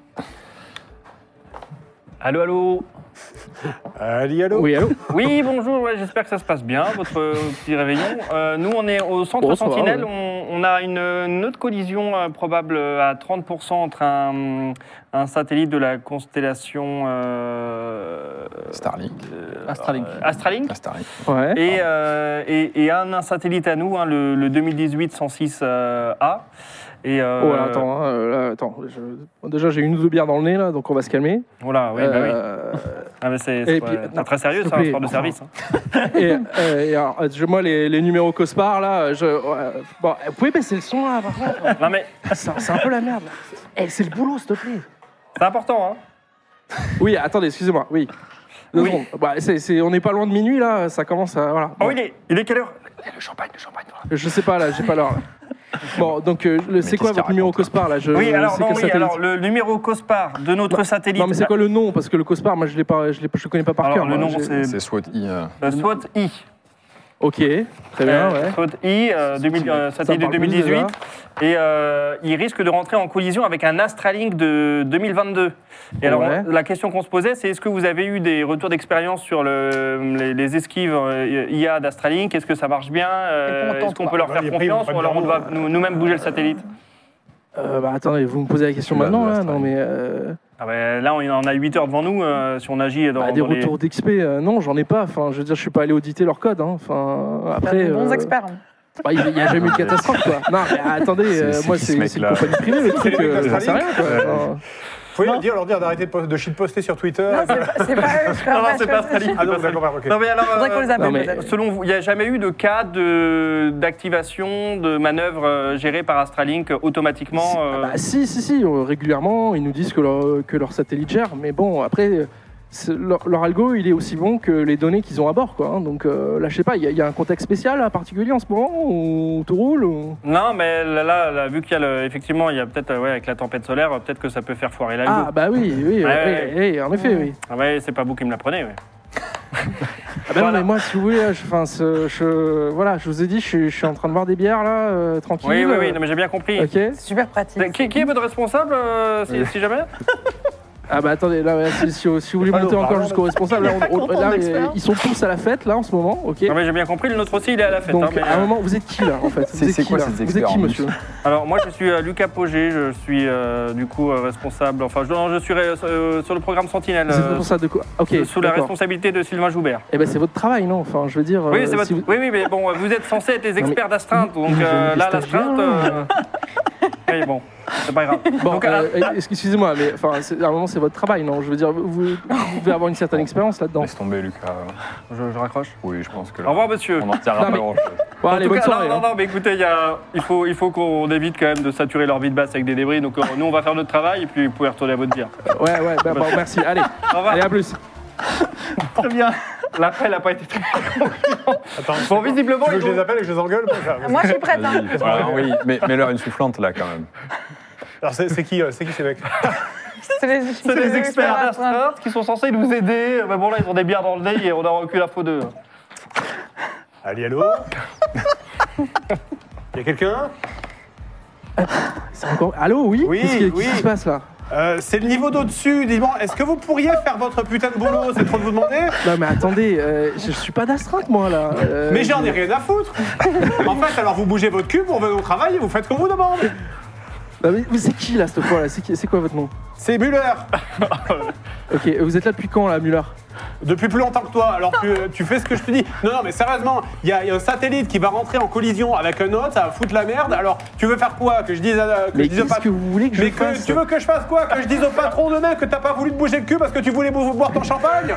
Allô, allô. Allez, allô Oui, allô? Oui, bonjour, ouais, j'espère que ça se passe bien, votre euh, petit réveillon. Euh, nous, on est au centre Bon, ça va, Sentinelle, ouais. on, on a une, une autre collision euh, probable à trente pour cent entre un, un satellite de la constellation euh, Starlink. euh, Astralink. Astralink Ah, Starlink. Ouais. et, euh, et, et un, un satellite à nous, hein, le, le deux mille dix-huit cent six euh, A. Et, euh, Oh, là, attends, hein, euh, là, attends. je- bon, déjà, j'ai une ou deux bières dans le nez, là, donc on va se calmer. Voilà, oui, bah oui. Euh, Ah, mais c'est et c'est puis- pas- c'est non, très sérieux, s'il c'est te un plaît, sport de enfin. service. hein. et, euh, et alors, euh, je- moi, les, les numéros Cospar, là, je. ouais, bon, vous pouvez baisser le son, là, par contre? Non, mais C'est c'est un peu la merde, là. Eh, c'est le boulot, s'il te plaît. c'est important, hein. Oui, attendez, excusez-moi, oui. Deux Oui. secondes. Bah, c'est- c'est- on n'est pas loin de minuit, là, ça commence à. Voilà. Oh, Bon, il est, il est quelle heure? je sais pas, là, j'ai pas l'heure, là. Bon, donc, euh, le- c'est qu'est-ce quoi qu'il votre numéro raconte, là Cospar, là? Je, Oui, alors, c'est non, quel oui, satellite? alors le numéro Cospar de notre satellite. Non, mais c'est quoi le nom? Parce que le Cospar, moi, je ne le connais pas par Alors, cœur. le moi. nom, J'ai- c'est C'est SWAT I. euh, euh, SWAT I. Ok, très bien, Euh, ouais. Faute I, euh, deux mille, euh, Ça satellite de me parle deux mille plus, dix-huit. Et euh, il risque de rentrer en collision avec un Astralink de deux mille vingt-deux. Et alors, Ouais. on- la question qu'on se posait, c'est est-ce que vous avez eu des retours d'expérience sur le, les, les esquives euh, I A d'Astralink? Est-ce que ça marche bien? Euh, Et pour Est-ce qu'on peut leur Bah, faire les prix vont confiance pas ou alors on dire doit non. nous- nous-mêmes bouger le satellite? Euh, bah attendez, vous me posez la question Là, maintenant, de là? l'Astralink. Non, mais... euh, Ah ben, là, on en a huit heures devant nous. euh, si on agit dans, bah, des dans les- retours d'X P, euh, non, j'en ai pas. Enfin, je veux dire, je suis pas allé auditer leur code. Hein. Enfin, T'as après... des bons euh, experts. hein. bah, il n'y a jamais eu de catastrophe, quoi. Non, mais attendez, C'est- euh, c'est moi, qui ce c'est c'est une mec-là compagnie privée, le truc, les mecs euh, j'en sais rien, d'Astralink quoi. Ouais. Non. Faut leur dire, leur dire d'arrêter de, post- de shitposter sur Twitter. Non, c'est pas, c'est pas eux. Je Non, non, crois c'est pas Astralink. Ah non, d'accord, ok. Non, mais alors, Faudrait qu'on euh, les appelle non, mais- peut-être. selon vous, il n'y a jamais eu de cas de- d'activation de, manœuvres euh, gérées par Astralink automatiquement euh, Bah, si, si, si, euh, régulièrement, ils nous disent que leur, que leur satellite gère, mais bon, après, c'est- leur, leur algo, il est aussi bon que les données qu'ils ont à bord, quoi. hein. Donc euh, là, je sais pas, il y, a- il y a un contexte spécial, là, particulier en ce moment, ou tout roule ou... Non, mais là, là, là, vu qu'il y a le, effectivement, il y a peut-être, euh, ouais, avec la tempête solaire, euh, peut-être que ça peut faire foirer l'algo. Ah, bah oui, oui, Ouais, oui, ouais. oui, oui, en effet, oui. Ah ouais, c'est pas vous qui me l'apprenez, ouais. Ah bah Voilà. non, mais moi, si vous voulez, je, enfin, ce- je, voilà, je vous ai dit, je, suis- je suis en train de boire des bières, là, euh, tranquille. Oui, oui, oui, euh, non, mais j'ai bien compris. Ok. C'est super pratique. Qui, qui est votre responsable, euh, si, si jamais Ah bah attendez, là, ouais, si, si- si vous voulez Allô, monter encore pardon, jusqu'au responsable, là, on- on- content là, d'expert. ils sont tous à la fête, là, en ce moment, ok. Non, mais j'ai bien compris, le nôtre aussi, il est à la fête. Donc, hein, mais, à un euh, moment, vous êtes qui, là, en fait C'est- Vous êtes c'est qui, quoi là ces Vous êtes experts qui, en monsieur Alors, moi, je suis euh, Lucas Pogé, je suis, euh, du coup, euh, responsable, enfin, je, non, je suis euh, sur le programme Sentinelle, Vous êtes euh, responsable de quoi Ok, sous la d'accord. responsabilité de Sylvain Joubert. Eh ben c'est votre travail, non Enfin, je veux dire. Oui, euh, c'est votre... si vous- oui, oui, mais bon, vous êtes censés être les experts d'astreinte, donc vous avez euh, des là, stagiaires, l'astreinte... euh, oui, bon, c'est pas grave. Bon, Donc, euh, euh, euh, excusez-moi, mais enfin, c'est- à un moment, c'est votre travail, non Je veux dire, vous, vous devez avoir une certaine expérience là-dedans. Laisse tomber, Lucas. je, je raccroche. Oui, je pense que Au là, revoir, monsieur. on n'en retirera Non, pas mais- grand-chose. Bon, En allez, tout bonne cas, soirée. non, non, hein. non, mais écoutez, il, y a- il faut, il faut qu'on évite quand même de saturer leur vie de basse avec des débris. Donc, euh, nous, on va faire notre travail et puis vous pouvez retourner à votre bière. Ouais, ouais, bah, bon, merci. Allez, Au revoir. allez, à plus. Très bien. L'appel n'a pas été très Attends, bon. Visiblement, tu veux ils que je les ont- appelle et que je les engueule Moi, je suis prête. hein. Vas-y. Voilà, oui, mais mets-leur une soufflante là quand même. Alors, c'est c'est qui, euh, c'est qui ces mecs C'est les, c'est des experts d'astreinte. d'astreinte qui sont censés nous aider. Mais bon, là, ils ont des bières dans le nez et on a reculé l'info d'eux. Allez, allô Il y a quelqu'un C'est encore. Allô, oui Oui, Qu'est-ce qui, oui. qu'est-ce qui se passe là Euh, C'est le niveau d'au-dessus. Dis-moi, est-ce que vous pourriez faire votre putain de boulot? C'est trop de vous demander. Non, mais attendez, euh, je, je suis pas d'astreinte, moi là. Euh, Mais j'en ai je- rien à foutre. En fait, alors vous bougez votre cul, vous revenez au travail et vous faites comme on vous demande. Bah, mais, mais c'est qui là cette fois là C'est qui- c'est quoi votre nom C'est Muller. Ok, vous êtes là depuis quand là, Muller Depuis plus longtemps que toi, alors tu, tu fais ce que je te dis. Non, non, mais sérieusement, il y, a il y a un satellite qui va rentrer en collision avec un autre, ça va foutre la merde. Alors, tu veux faire quoi? Que je dise, à- que Mais je dise au qu'est-ce patron. que vous voulez que je Mais que fasse tu veux que je fasse quoi? Que je dise au patron demain que t'as pas voulu te bouger le cul parce que tu voulais bo- boire ton champagne?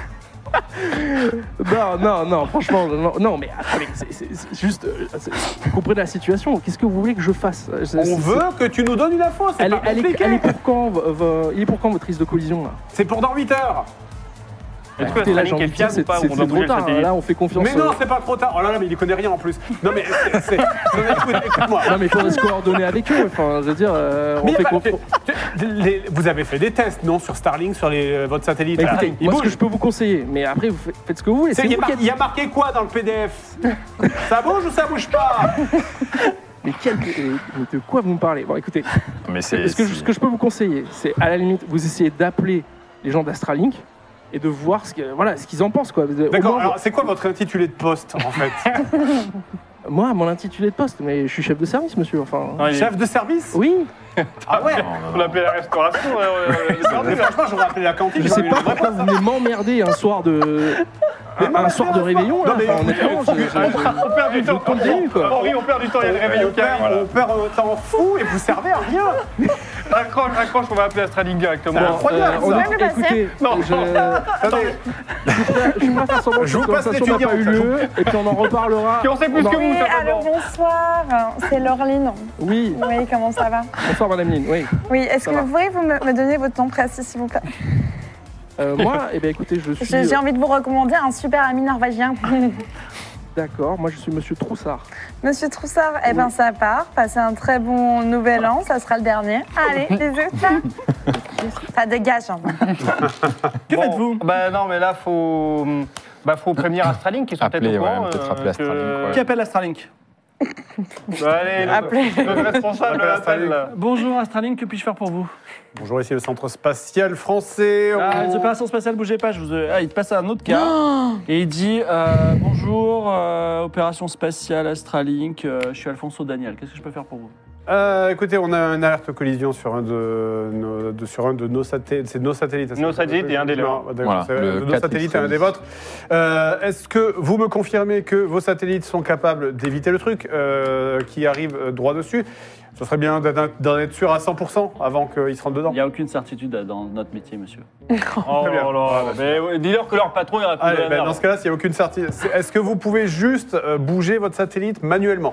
Non, non, non, franchement, non, non mais attendez, c'est- c'est c'est juste. euh, c'est- Vous comprenez la situation. Qu'est-ce que vous voulez que je fasse C'est- On c'est- veut que tu nous donnes une info, c'est Elle pas est, elle, est, compliqué. elle est pour quand vo- vo- Il est pour quand votre risque de collision là C'est pour dans huit heures. Est-ce que Écoutez, là, Astralink j'ai envie est de dire, fiable ou c'est pas? c'est- On c'est doit trop bouger le tard. satellite. Là, on fait confiance. Mais non, euh, c'est pas trop tard. Oh là là, mais il y connaît rien en plus. Non, mais c'est- c'est. non, mais écoute, écoute-moi. Non, mais il faudrait se coordonner avec eux. Enfin, je veux dire, euh, on Mais fait bah, confiance. tu- tu- les- vous avez fait des tests, non, sur Starlink, sur les, euh, votre satellite Bah, là. écoutez, Il moi, ce bouge. que je peux vous conseiller, mais après, vous faites, faites ce que vous voulez. C'est- C'est Il y, a vous mar- qui il y êtes- a marqué quoi dans le P D F? Ça bouge ou ça bouge pas? Mais, quel- euh, mais de quoi vous me parlez? Bon, écoutez, Mais c'est. ce que, je, ce que je peux vous conseiller, c'est à la limite, vous essayez d'appeler les gens d'Astralink et de voir ce que- voilà, ce qu'ils en pensent. Quoi. Au D'accord, moins, alors c'est quoi votre intitulé de poste en fait? moi, mon intitulé de poste, mais je suis chef de service, monsieur. Enfin, Non, il est- Chef de service? oui. Ah ouais? On l'appelait la restauration. euh, euh, Non, mais franchement, j'aurais appelé la cantine. Je j'aurais sais eu pas le vrai pourquoi vous venez m'emmerder un soir de. Mais non, un mais soir de c'est un réveillon, soir. là. Non, mais Enfin, honnêtement, je- je- je- On perd du temps. compte des nuits, quoi. Henri, on perd du temps, il y a le réveil on au carré. perd, on perd un temps fou et vous servez à rien. Raccroche, raccroche, on va appeler Astralink directement. C'est incroyable, on ça. est- écoutez, Non. je, Attendez, je suis prêt- je suis prêt à faire semblant que Je vous cette passe conversation n'a pas eu l'étudiant, lieu, et puis on en reparlera. Puis on sait plus On en- que vous, Oui, certainement. alors bonsoir, c'est Laureline. Oui, Oui, comment ça va? bonsoir Madame Lynn, oui. Oui, est-ce Ça que va. vous pourriez vous me, me donner votre nom précis, s'il vous plaît? Euh, moi, eh bien écoutez, je suis... J'ai j'ai envie de vous recommander un super ami norvégien. D'accord, moi je suis Monsieur Troussard. Monsieur Troussard, eh ben ça part. Passez un très bon nouvel an, ça sera le dernier. Allez, bisous. Ça dégage. Hein. Que Bon, faites-vous? Bah non, mais là, faut. Bah, faut prévenir Astralink qui sont peut-être Appeler, au courant. ouais, peut-être euh, appeler que- Astralink, ouais. Qui appelle Astralink? Bah, allez, Appelez. le, le responsable Appelle appelle. Astralink. là. Bonjour Astralink, que puis-je faire pour vous? Bonjour, ici le centre spatial français. Ah, On- les opérations spatiales, bougez pas. Je vous... Ah, il te passe à un autre cas. Et il dit euh, bonjour, euh, opération spatiale Astralink. euh, je suis Alfonso Daniel. Qu'est-ce que je peux faire pour vous? Euh, écoutez, on a une alerte collision sur un de nos, de, sur un de nos satellites. C'est nos satellites. Nos satellites et un des leurs. Non, d'accord, Voilà, c'est le de nos quatre satellites et un X. des vôtres. Euh, Est-ce que vous me confirmez que vos satellites sont capables d'éviter le truc euh, qui arrive euh, droit dessus? Ce serait bien d'en d'en être sûr à cent pour cent avant qu'ils se rentrent dedans. Il n'y a aucune certitude dans notre métier, monsieur. Oh Très bien. là là. Mais ouais, dis-leur que leur patron il répond. Allez, ben, dans ce cas-là, s'il n'y a aucune certitude, est-ce que vous pouvez juste euh, bouger votre satellite manuellement?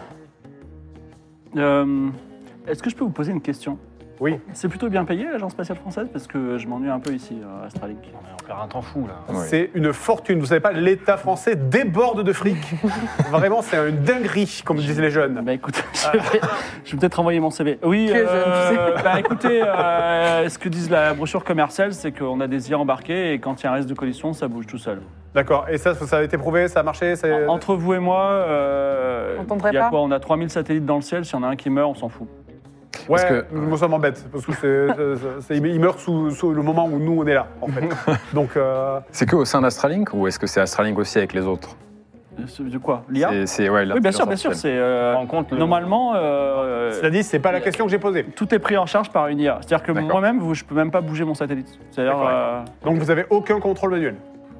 Euh, Est-ce que je peux vous poser une question? Oui. C'est plutôt bien payé, l'agence spatiale française? Parce que je m'ennuie un peu ici, à Astralink. On perd un temps fou là. Oui. C'est une fortune. Vous savez pas, l'État français déborde de fric. Vraiment, c'est une dinguerie, comme disent les jeunes. Bah écoute, je vais, je vais peut-être envoyer mon C V. Oui, Tu es jeune, tu bah écoutez, euh, ce que disent la brochure commerciale, c'est qu'on a des I A embarqués et quand il y a un risque de collision, ça bouge tout seul. D'accord. Et ça, ça a été prouvé, ça a marché ça... En- Entre vous et moi, euh, On tenterait il y a pas quoi? On a trois mille satellites dans le ciel, s'il y en a un qui meurt, on s'en fout. Ouais, Parce que- moi ça m'embête, parce que c'est, c'est- c'est- il meurt sous, sous le moment où nous on est là, en fait. Donc, euh, C'est que au sein d'Astralink ou est-ce que c'est Astralink aussi avec les autres? De quoi? L'I A? C'est- c'est- ouais, Oui, bien sûr, bien sûr. l'artificielle. C'est euh, Rends compte le- normalement, euh, cela dit, c'est pas la question que j'ai posée. tout est pris en charge par une I A. C'est-à-dire que D'accord. moi-même, vous- je peux même pas bouger mon satellite. C'est-à-dire, D'accord. euh, Donc vous avez aucun contrôle manuel.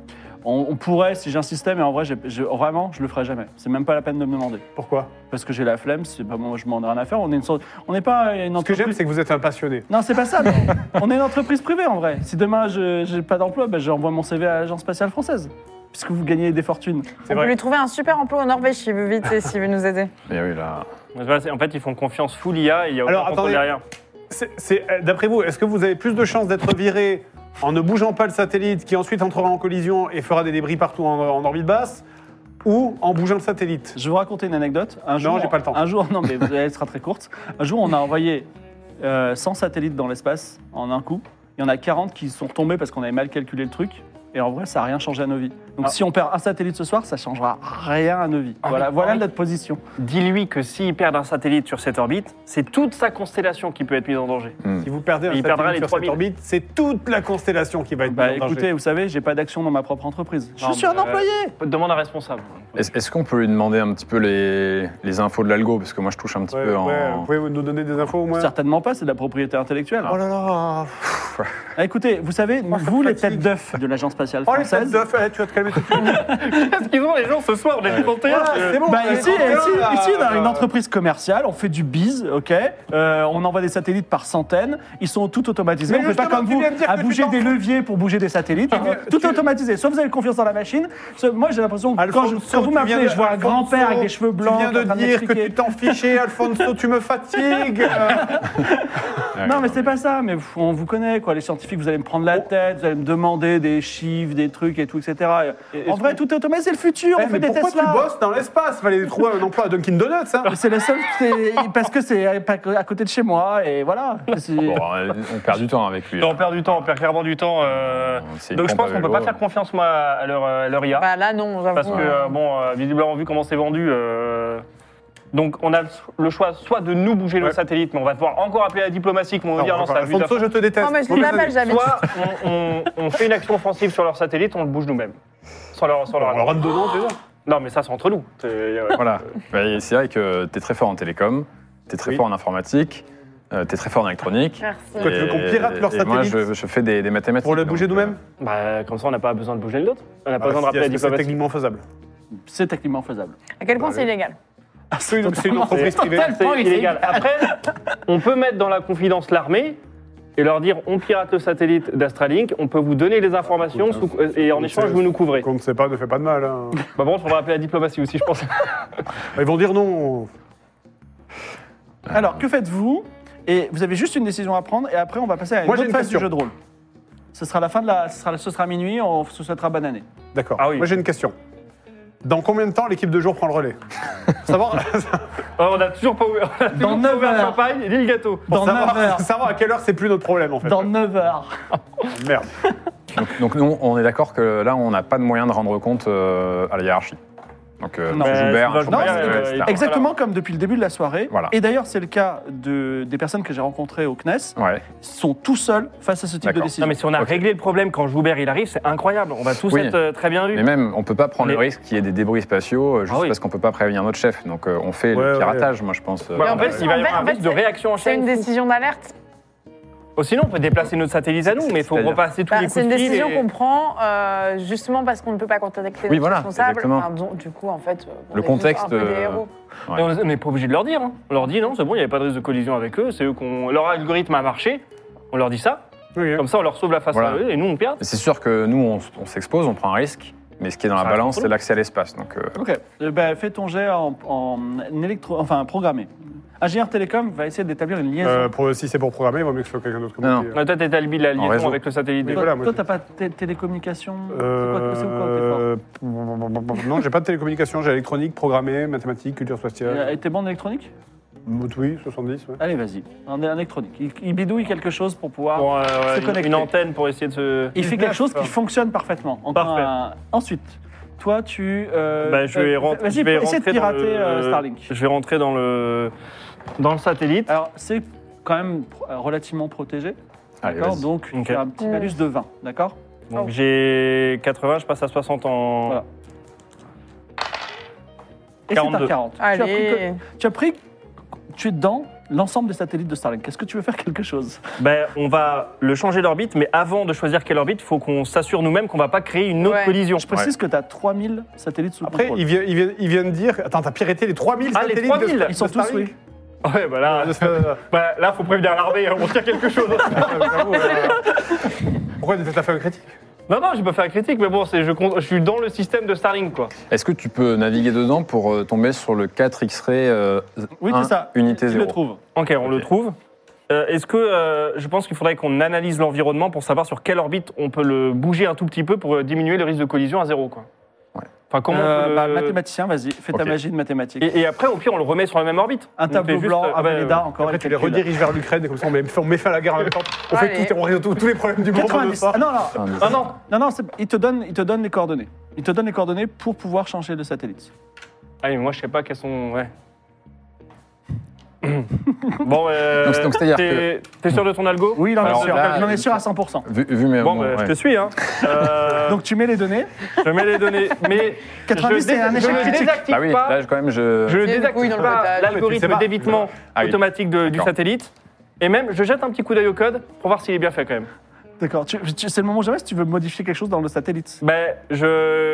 on, on pourrait si j'insistais, mais en vrai, j'ai- je- vraiment, je le ferai jamais. C'est même pas la peine de me demander. Pourquoi? Parce que j'ai la flemme, c'est pas moi, je m'en ai rien à faire. On est une sorte- on n'est pas une Ce que entreprise. j'aime, c'est que vous êtes un passionné. Non, c'est pas ça. mais on est une entreprise privée en vrai. Si demain je j'ai pas d'emploi, ben, j'envoie mon C V à l'agence spatiale française, puisque vous gagnez des fortunes. C'est On peut vrai. lui trouver un super emploi en Norvège s'il veut vite et s'il veut nous aider. Mais oui, là. Voilà, c'est- En fait, ils font confiance full I A et il y a aucun Alors, contrôle attendez. derrière. C'est, c'est- euh, d'après vous, est-ce que vous avez plus de chances d'être viré en ne bougeant pas le satellite qui ensuite entrera en collision et fera des débris partout en, en orbite basse, ou en bougeant le satellite? Je vais vous raconter une anecdote. Un Non, jour, j'ai pas le temps. Un jour, non, mais elle sera très courte. Un jour, on a envoyé euh, cent satellites dans l'espace en un coup. Il y en a quarante qui sont tombés parce qu'on avait mal calculé le truc. Et en vrai, ça n'a rien changé à nos vies. Donc Ah. si on perd un satellite ce soir, ça changera rien à nos vies. Ah voilà, oui, voilà ah oui. notre position. Dis-lui que s'il perd un satellite sur cette orbite, c'est toute sa constellation qui peut être mise en danger. Si vous perdez un Il perdra satellite les sur trois cette mille. orbite, c'est toute la constellation qui va être Bah mise en danger. écoutez, vous savez, j'ai pas d'action dans ma propre entreprise. Je Non, suis un mais, euh, employé. Demande à un responsable. Est-ce est-ce qu'on peut lui demander un petit peu les, les infos de l'algo? Parce que moi, je touche un petit Ouais, peu en. ouais, vous pouvez nous donner des infos au moins? Certainement pas, c'est de la propriété intellectuelle. Oh là là. Ah, écoutez, vous savez, Oh, ça vous, me les fatigue. têtes d'œufs de l'agence spatiale Oh les têtes française. d'œufs, eh, tu vas te calmer tout de suite. Qu'est-ce qu'ils ont les gens ce soir? On est du trente et un. Voilà, c'est bon. Bah, on est ici, trente et un, ici, là. ici, on a une entreprise commerciale, on fait du biz, ok. Euh, on envoie des satellites par centaines, ils sont tout automatisés. Mais on fait pas justement, comme tu vous viens de dire à que tu bouger t'en des fous. leviers pour bouger des satellites. viens- tout tu- automatisé. Soit vous avez confiance dans la machine, soit moi j'ai l'impression que quand, je- Alfonso, quand vous tu viens m'appelez, de- je vois un Alfonso, grand-père avec des cheveux blancs. Tu qui est viens en train de dire que m'expliquer. tu t'en fichais, Alfonso, tu me fatigues. Euh, Non, mais c'est pas ça, mais on vous connaît, quoi. Les scientifiques, vous allez me prendre la tête, vous allez me demander des chiffres, des trucs et tout, et cetera. Et- En vrai, tout est automatisé, c'est le futur, eh, on fait mais des pourquoi Tesla. tu bosses dans l'espace? Fallait trouver un emploi à Dunkin' Donuts, hein. C'est le seul, c'est- parce que c'est à côté de chez moi, et voilà. C'est- Bon, euh, on perd du temps avec lui. On perd du temps, on perd clairement du temps. euh, C'est une Donc je pompe pense à qu'on peut vélo. pas faire confiance moi à leur, à leur I A. Bah là, non, j'avoue. Parce que, euh, bon, euh, visiblement, vu comment c'est vendu, euh, donc on a le choix soit de nous bouger Ouais. le satellite, mais on va devoir encore appeler la diplomatie, qu'on va Non, dire non, enfin, ça abuse Alfonso, je te déteste. Non, mais je Moi, les je- appelle, j'habite. Soit on, on- on fait une action offensive sur leur satellite, on le bouge nous-mêmes. Sans leur, sans leur On leur rentre dedans déjà. Non, mais ça, c'est entre nous. C'est- euh, Voilà. Bah, c'est vrai que tu es très fort en télécom, tu es très Oui. fort en informatique, tu es très fort en électronique. Merci. Quoi, tu veux qu'on pirate leur et moi, satellite je, je fais des, des mathématiques. Pour le donc, bouger nous-mêmes. Bah, comme ça, on n'a pas besoin de bouger l'autre. On n'a pas Ah, besoin de rappeler la est-ce que c'est diplomatie. techniquement faisable. C'est techniquement faisable. À quel point c'est illégal? Oui, donc c'est une entreprise privée. C'est illégal. Après, on peut mettre dans la confidence l'armée et leur dire on pirate le satellite d'Astralink, on peut vous donner les informations Écoute, sous- et en on échange sait- vous nous couvrez. Qu'on ne sait pas ne fait pas de mal. hein. Bah bon, il faudra appeler la diplomatie aussi, je pense. Ils vont dire non. Alors, que faites-vous? Et vous avez juste une décision à prendre, et après, on va passer à une Moi, j'ai autre une phase du question. jeu de rôle. Ce sera la fin de la, ce sera, ce sera minuit, on se souhaitera bonne année. D'accord. Ah oui. Moi j'ai une question. Dans combien de temps l'équipe de jour prend le relais Savoir, Oh, on a toujours pas ouvert, on a toujours Dans pas neuf ouvert heures. champagne, ni le gâteau. Dans neuf savoir, heures. savoir à quelle heure c'est plus notre problème en fait. Dans neuf heures. Merde. Donc, donc nous, on est d'accord que là, on n'a pas de moyen de rendre compte euh, à la hiérarchie. Donc, euh, Non. Monsieur Joubert, Mais Joubert, non, euh, c'est- et cetera. Exactement comme depuis le début de la soirée. Voilà. Et d'ailleurs, c'est le cas de, des personnes que j'ai rencontrées au C N E S. Ouais. Sont tout seuls face à ce type de D'accord. décision. Non, mais si on a Ok. réglé le problème quand Joubert il arrive, c'est incroyable. On va tous Oui. être euh, très bien vus. Mais même, on peut pas prendre Mais- le risque qu'il y ait des débris spatiaux euh, juste Ah oui. parce qu'on peut pas prévenir notre chef. Donc, euh, on fait Ouais, le ouais. piratage, moi, je pense. euh, Ouais, en en fait, plus, il va y en fait- avoir un en fait, risque de c'est- réaction en C'est chaîne. une décision d'alerte. Oh, sinon, on peut déplacer notre satellite à nous, mais il faut C'est-à-dire repasser tous Bah, les coups c'est une de fil décision et- qu'on prend euh, justement parce qu'on ne peut pas contacter Oui, notre voilà, responsable. exactement. Enfin, donc, du coup, en fait, euh, on Le est contexte, tous un peu des euh, héros. Ouais. Et on n'est pas obligé de leur dire. Hein. On leur dit non, c'est bon, il n'y avait pas de risque de collision avec eux. C'est eux qu'on. Leur algorithme a marché. On leur dit ça. Ok. Comme ça, on leur sauve la face Voilà. à eux et nous, on perd. Et c'est sûr que nous, on, on s'expose, on prend un risque. Mais ce qui est dans la Ça balance, reste c'est pour l'accès à l'espace. Donc, euh, Ok. Euh, ben, fais ton jet en, en électro, enfin programmé. Ingénieur télécom va essayer d'établir une liaison. Euh, pour, si c'est pour programmer, il vaut mieux que ce soit quelqu'un d'autre que moi. Non. qui, euh, Ah, toi, t'es alibi de la liaison réseau. avec le satellite. Mais toi, voilà, moi, toi, je- t'as pas de té- télécommunication. Euh, C'est quoi, c'est quoi t'es fort euh, Non, j'ai pas de télécommunication, j'ai électronique, programmée, mathématiques, culture spatiale. Euh, T'es bon en électronique? Oui, soixante-dix, ouais. Allez, vas-y. En, en électronique. Il, il bidouille quelque chose pour pouvoir. Bon, euh, ouais, se une- connecter. une antenne pour essayer de se. Il fait quelque chose qui fonctionne parfaitement. Encore Parfait. un- Ensuite, toi, tu. euh, Bah, je vais euh, rentrer. Vas-y, je vais essaie de rentrer dans pirater le- euh, Starlink. Je vais rentrer dans le dans le satellite. Alors, c'est quand même euh, relativement protégé. allez, D'accord. vas-y. Donc, Ok. tu as un petit Mm. malus de vingt. D'accord. Donc j'ai quatre-vingts, je passe à soixante en. Voilà. Et c'est à quarante-deux. quarante. Tu as, pris, Allez. que- tu as pris. Tu es dans l'ensemble des satellites de Starlink. Est-ce que tu veux faire quelque chose? Ben, on va le changer d'orbite, mais avant de choisir quelle orbite, il faut qu'on s'assure nous-mêmes qu'on va pas créer une autre Ouais. collision. Je précise que tu as trois mille satellites sous Après, contrôle. il vient, il, vient, il vient de dire. Attends, t'as piraté les trois mille Ah, les satellites trois de- mille, de Ils sont tous, Starlink oui. Ouais, bah là, Euh, bah, là, faut prévenir l'armée, on tire quelque chose. j'avoue, euh, Pourquoi t'as fait un critique non, non, j'ai pas fait un critique, mais bon, c'est, je, compte- je suis dans le système de Starlink, quoi. Est-ce que tu peux naviguer dedans pour euh, tomber sur le quatre X-ray euh, Oui, un, c'est ça. unité Tu zéro le trouves. Ok, on Ok. le trouve. Euh, est-ce que euh, je pense qu'il faudrait qu'on analyse l'environnement pour savoir sur quelle orbite on peut le bouger un tout petit peu pour euh, diminuer le risque de collision à zéro, quoi. Ouais. Enfin, comment Euh, on peut le- bah, mathématicien, vas-y, fais ta Ok. magie de mathématiques. et, et après, au pire, on le remet sur la même orbite. Un On tableau fait juste, blanc, euh, un ouais, Véléda, encore Après, un tu les calcul. rediriges vers l'Ukraine et comme ça, on met, on met fin à la guerre en même temps. On, fait Allez. tout, on résout tous- tous les problèmes du monde. quatre-vingt-dix. ça. Ah non, non, Un des- Ah non, non, non, c'est- il, te donne, il te donne les coordonnées. Il te donne les coordonnées pour pouvoir changer de satellite. ah, mais moi, je sais pas quelles sont. Ouais. Bon, euh, Donc, donc, c'est-à-dire t'es, t'es sûr de ton algo? Oui, il en, Alors est sûr. là, il en est sûr à cent pour cent. Vu, vu mes Bon, bon, bah, ouais. je te suis, hein. Euh, Donc tu mets les données. je mets les données, mais quatre-vingt-dix, je, c'est un dé- échec je ne critique. désactive Bah oui, pas. là, quand même, je. Je ne Il y a une couille désactive dans le pas pétage. Mais tu sais l'algorithme pas. d'évitement Ah oui. automatique de- du D'accord. satellite. Et même, je jette un petit coup d'œil au code pour voir s'il est bien fait quand même. D'accord. Tu- tu- C'est le moment jamais si tu veux modifier quelque chose dans le satellite. Ben, je,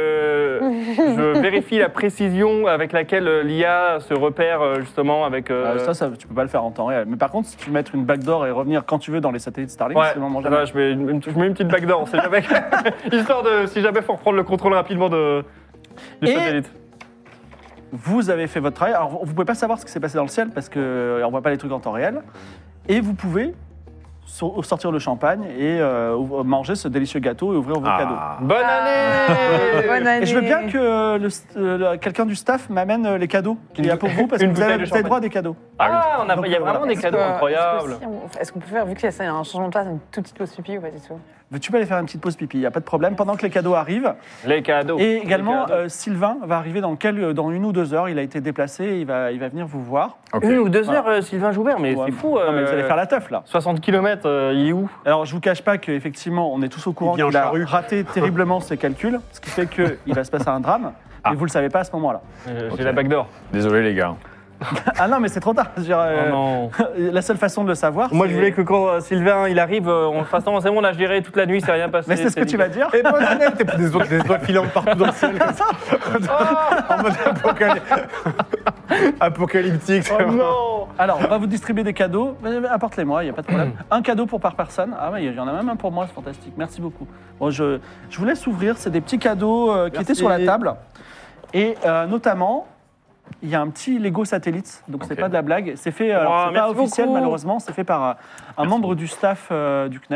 je vérifie la précision avec laquelle euh, l'I A se repère euh, justement avec. euh, Euh, ça, ça, tu peux pas le faire en temps réel. Mais par contre, si tu veux mettre une backdoor et revenir quand tu veux dans les satellites Starlink, Ouais, c'est le moment ça jamais. va, je, mets une, je mets une petite backdoor, on sait jamais. Histoire de, si jamais faut reprendre le contrôle rapidement de, du Et- satellite. Vous avez fait votre travail. Alors, vous, vous pouvez pas savoir ce qui s'est passé dans le ciel parce qu'on ne voit pas les trucs en temps réel. Et vous pouvez so- sortir le champagne et euh, ouvre- manger ce délicieux gâteau et ouvrir vos cadeaux. Ah. Bonne année. Bonne année. Et je veux bien que euh, le st- euh, le- quelqu'un du staff m'amène euh, les cadeaux qu'il y a pour vous parce que Une vous avez, bouteille de vous avez champagne. droit à des cadeaux. Ah, on a, Donc, il y a voilà. vraiment des Est-ce cadeaux que- incroyables. Est-ce, que si on- est-ce qu'on peut faire, vu que c'est un changement de place, une toute petite pause pipi ou pas du tout? Tu peux aller faire une petite pause pipi, il n'y a pas de problème. Pendant que les cadeaux arrivent. Les cadeaux. Et également, Les cadeaux. euh, Sylvain va arriver dans, quel- dans une ou deux heures. Il a été déplacé, il va, il va venir vous voir. Ok. Une ou deux heures, euh, Sylvain Joubert, mais Ouais. c'est fou. Non, mais vous euh, allez faire la teuf là. soixante kilomètres, il est où? Alors, je vous cache pas qu'effectivement, on est tous au courant vient en qu'il a charrue. raté terriblement ses calculs, ce qui fait qu'il va se passer un drame. Ah. Et vous le savez pas à ce moment-là. Euh, Ok. J'ai la backdoor. Désolé, les gars. Ah non, mais c'est trop tard. Je veux dire, euh, Oh non. la seule façon de le savoir. Moi, c'est- je voulais que quand euh, Sylvain il arrive, euh, on le fasse non, c'est bon, on a géré toute la nuit, c'est rien passé. Mais c'est ce que tu vas dire. Et bonne année, t'es des étoiles, des étoiles filantes partout dans le ciel comme ça. En mode apocaly- apocalyptique. c'est Oh vraiment- non. Alors, on va vous distribuer des cadeaux. Euh, Apporte-les-moi, il n'y a pas de problème. Un cadeau pour par personne. Ah, mais il y en a même un pour moi, c'est fantastique. Merci beaucoup. Bon, je, je vous laisse ouvrir. C'est des petits cadeaux euh, qui Merci. étaient sur la table. Et euh, notamment, il y a un petit Lego satellite. Donc, c'est Ok. pas de la blague. C'est fait, alors, Oh, c'est pas merci officiel, beaucoup. malheureusement. C'est fait par euh, un membre du staff euh, du C N E S.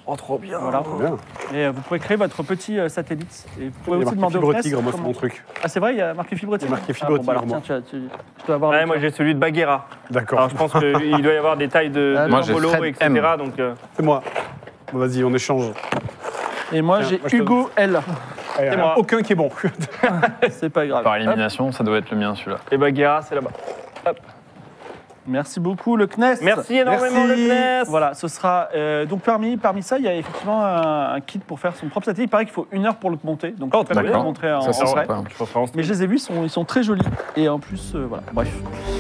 Oh, trop bien. Voilà. Bien. Et euh, vous pourrez créer votre petit euh, satellite. Et vous pouvez Il y a aussi marqué demander au fibre C N E S tigre, moi c'est comment- mon truc. Ah, c'est vrai, il y a marqué fibre tigre. Il y a marqué fibre ah, bon, bah, alors, tigre, tiens, tu, tu- je dois avoir. Ouais, le moi tien. j'ai celui de Bagheera. D'accord. Alors je pense qu'il doit y avoir des tailles de, Ah, de moi, j'ai Bolo, Fred et cetera. Donc, euh, C'est moi. Bon, vas-y, on échange. Et moi, Tiens, j'ai moi, je te Hugo L. Allez, moi. Aucun qui est bon. C'est pas grave. Par élimination, ça doit être le mien celui-là. et Bagheera, c'est là-bas. Merci beaucoup, le C N E S. Merci énormément, Merci. le C N E S. Voilà, ce sera. euh, donc, parmi, parmi ça, il y a effectivement un, un kit pour faire son propre satellite. Il paraît qu'il faut une heure pour le monter. Donc, Oh, je peux pas d'accord. le montrer en, Ça, c'est en vrai. sympa. Je pense vraiment- Mais je les ai vus, ils sont, ils sont très jolis. Et en plus, euh, voilà, bref.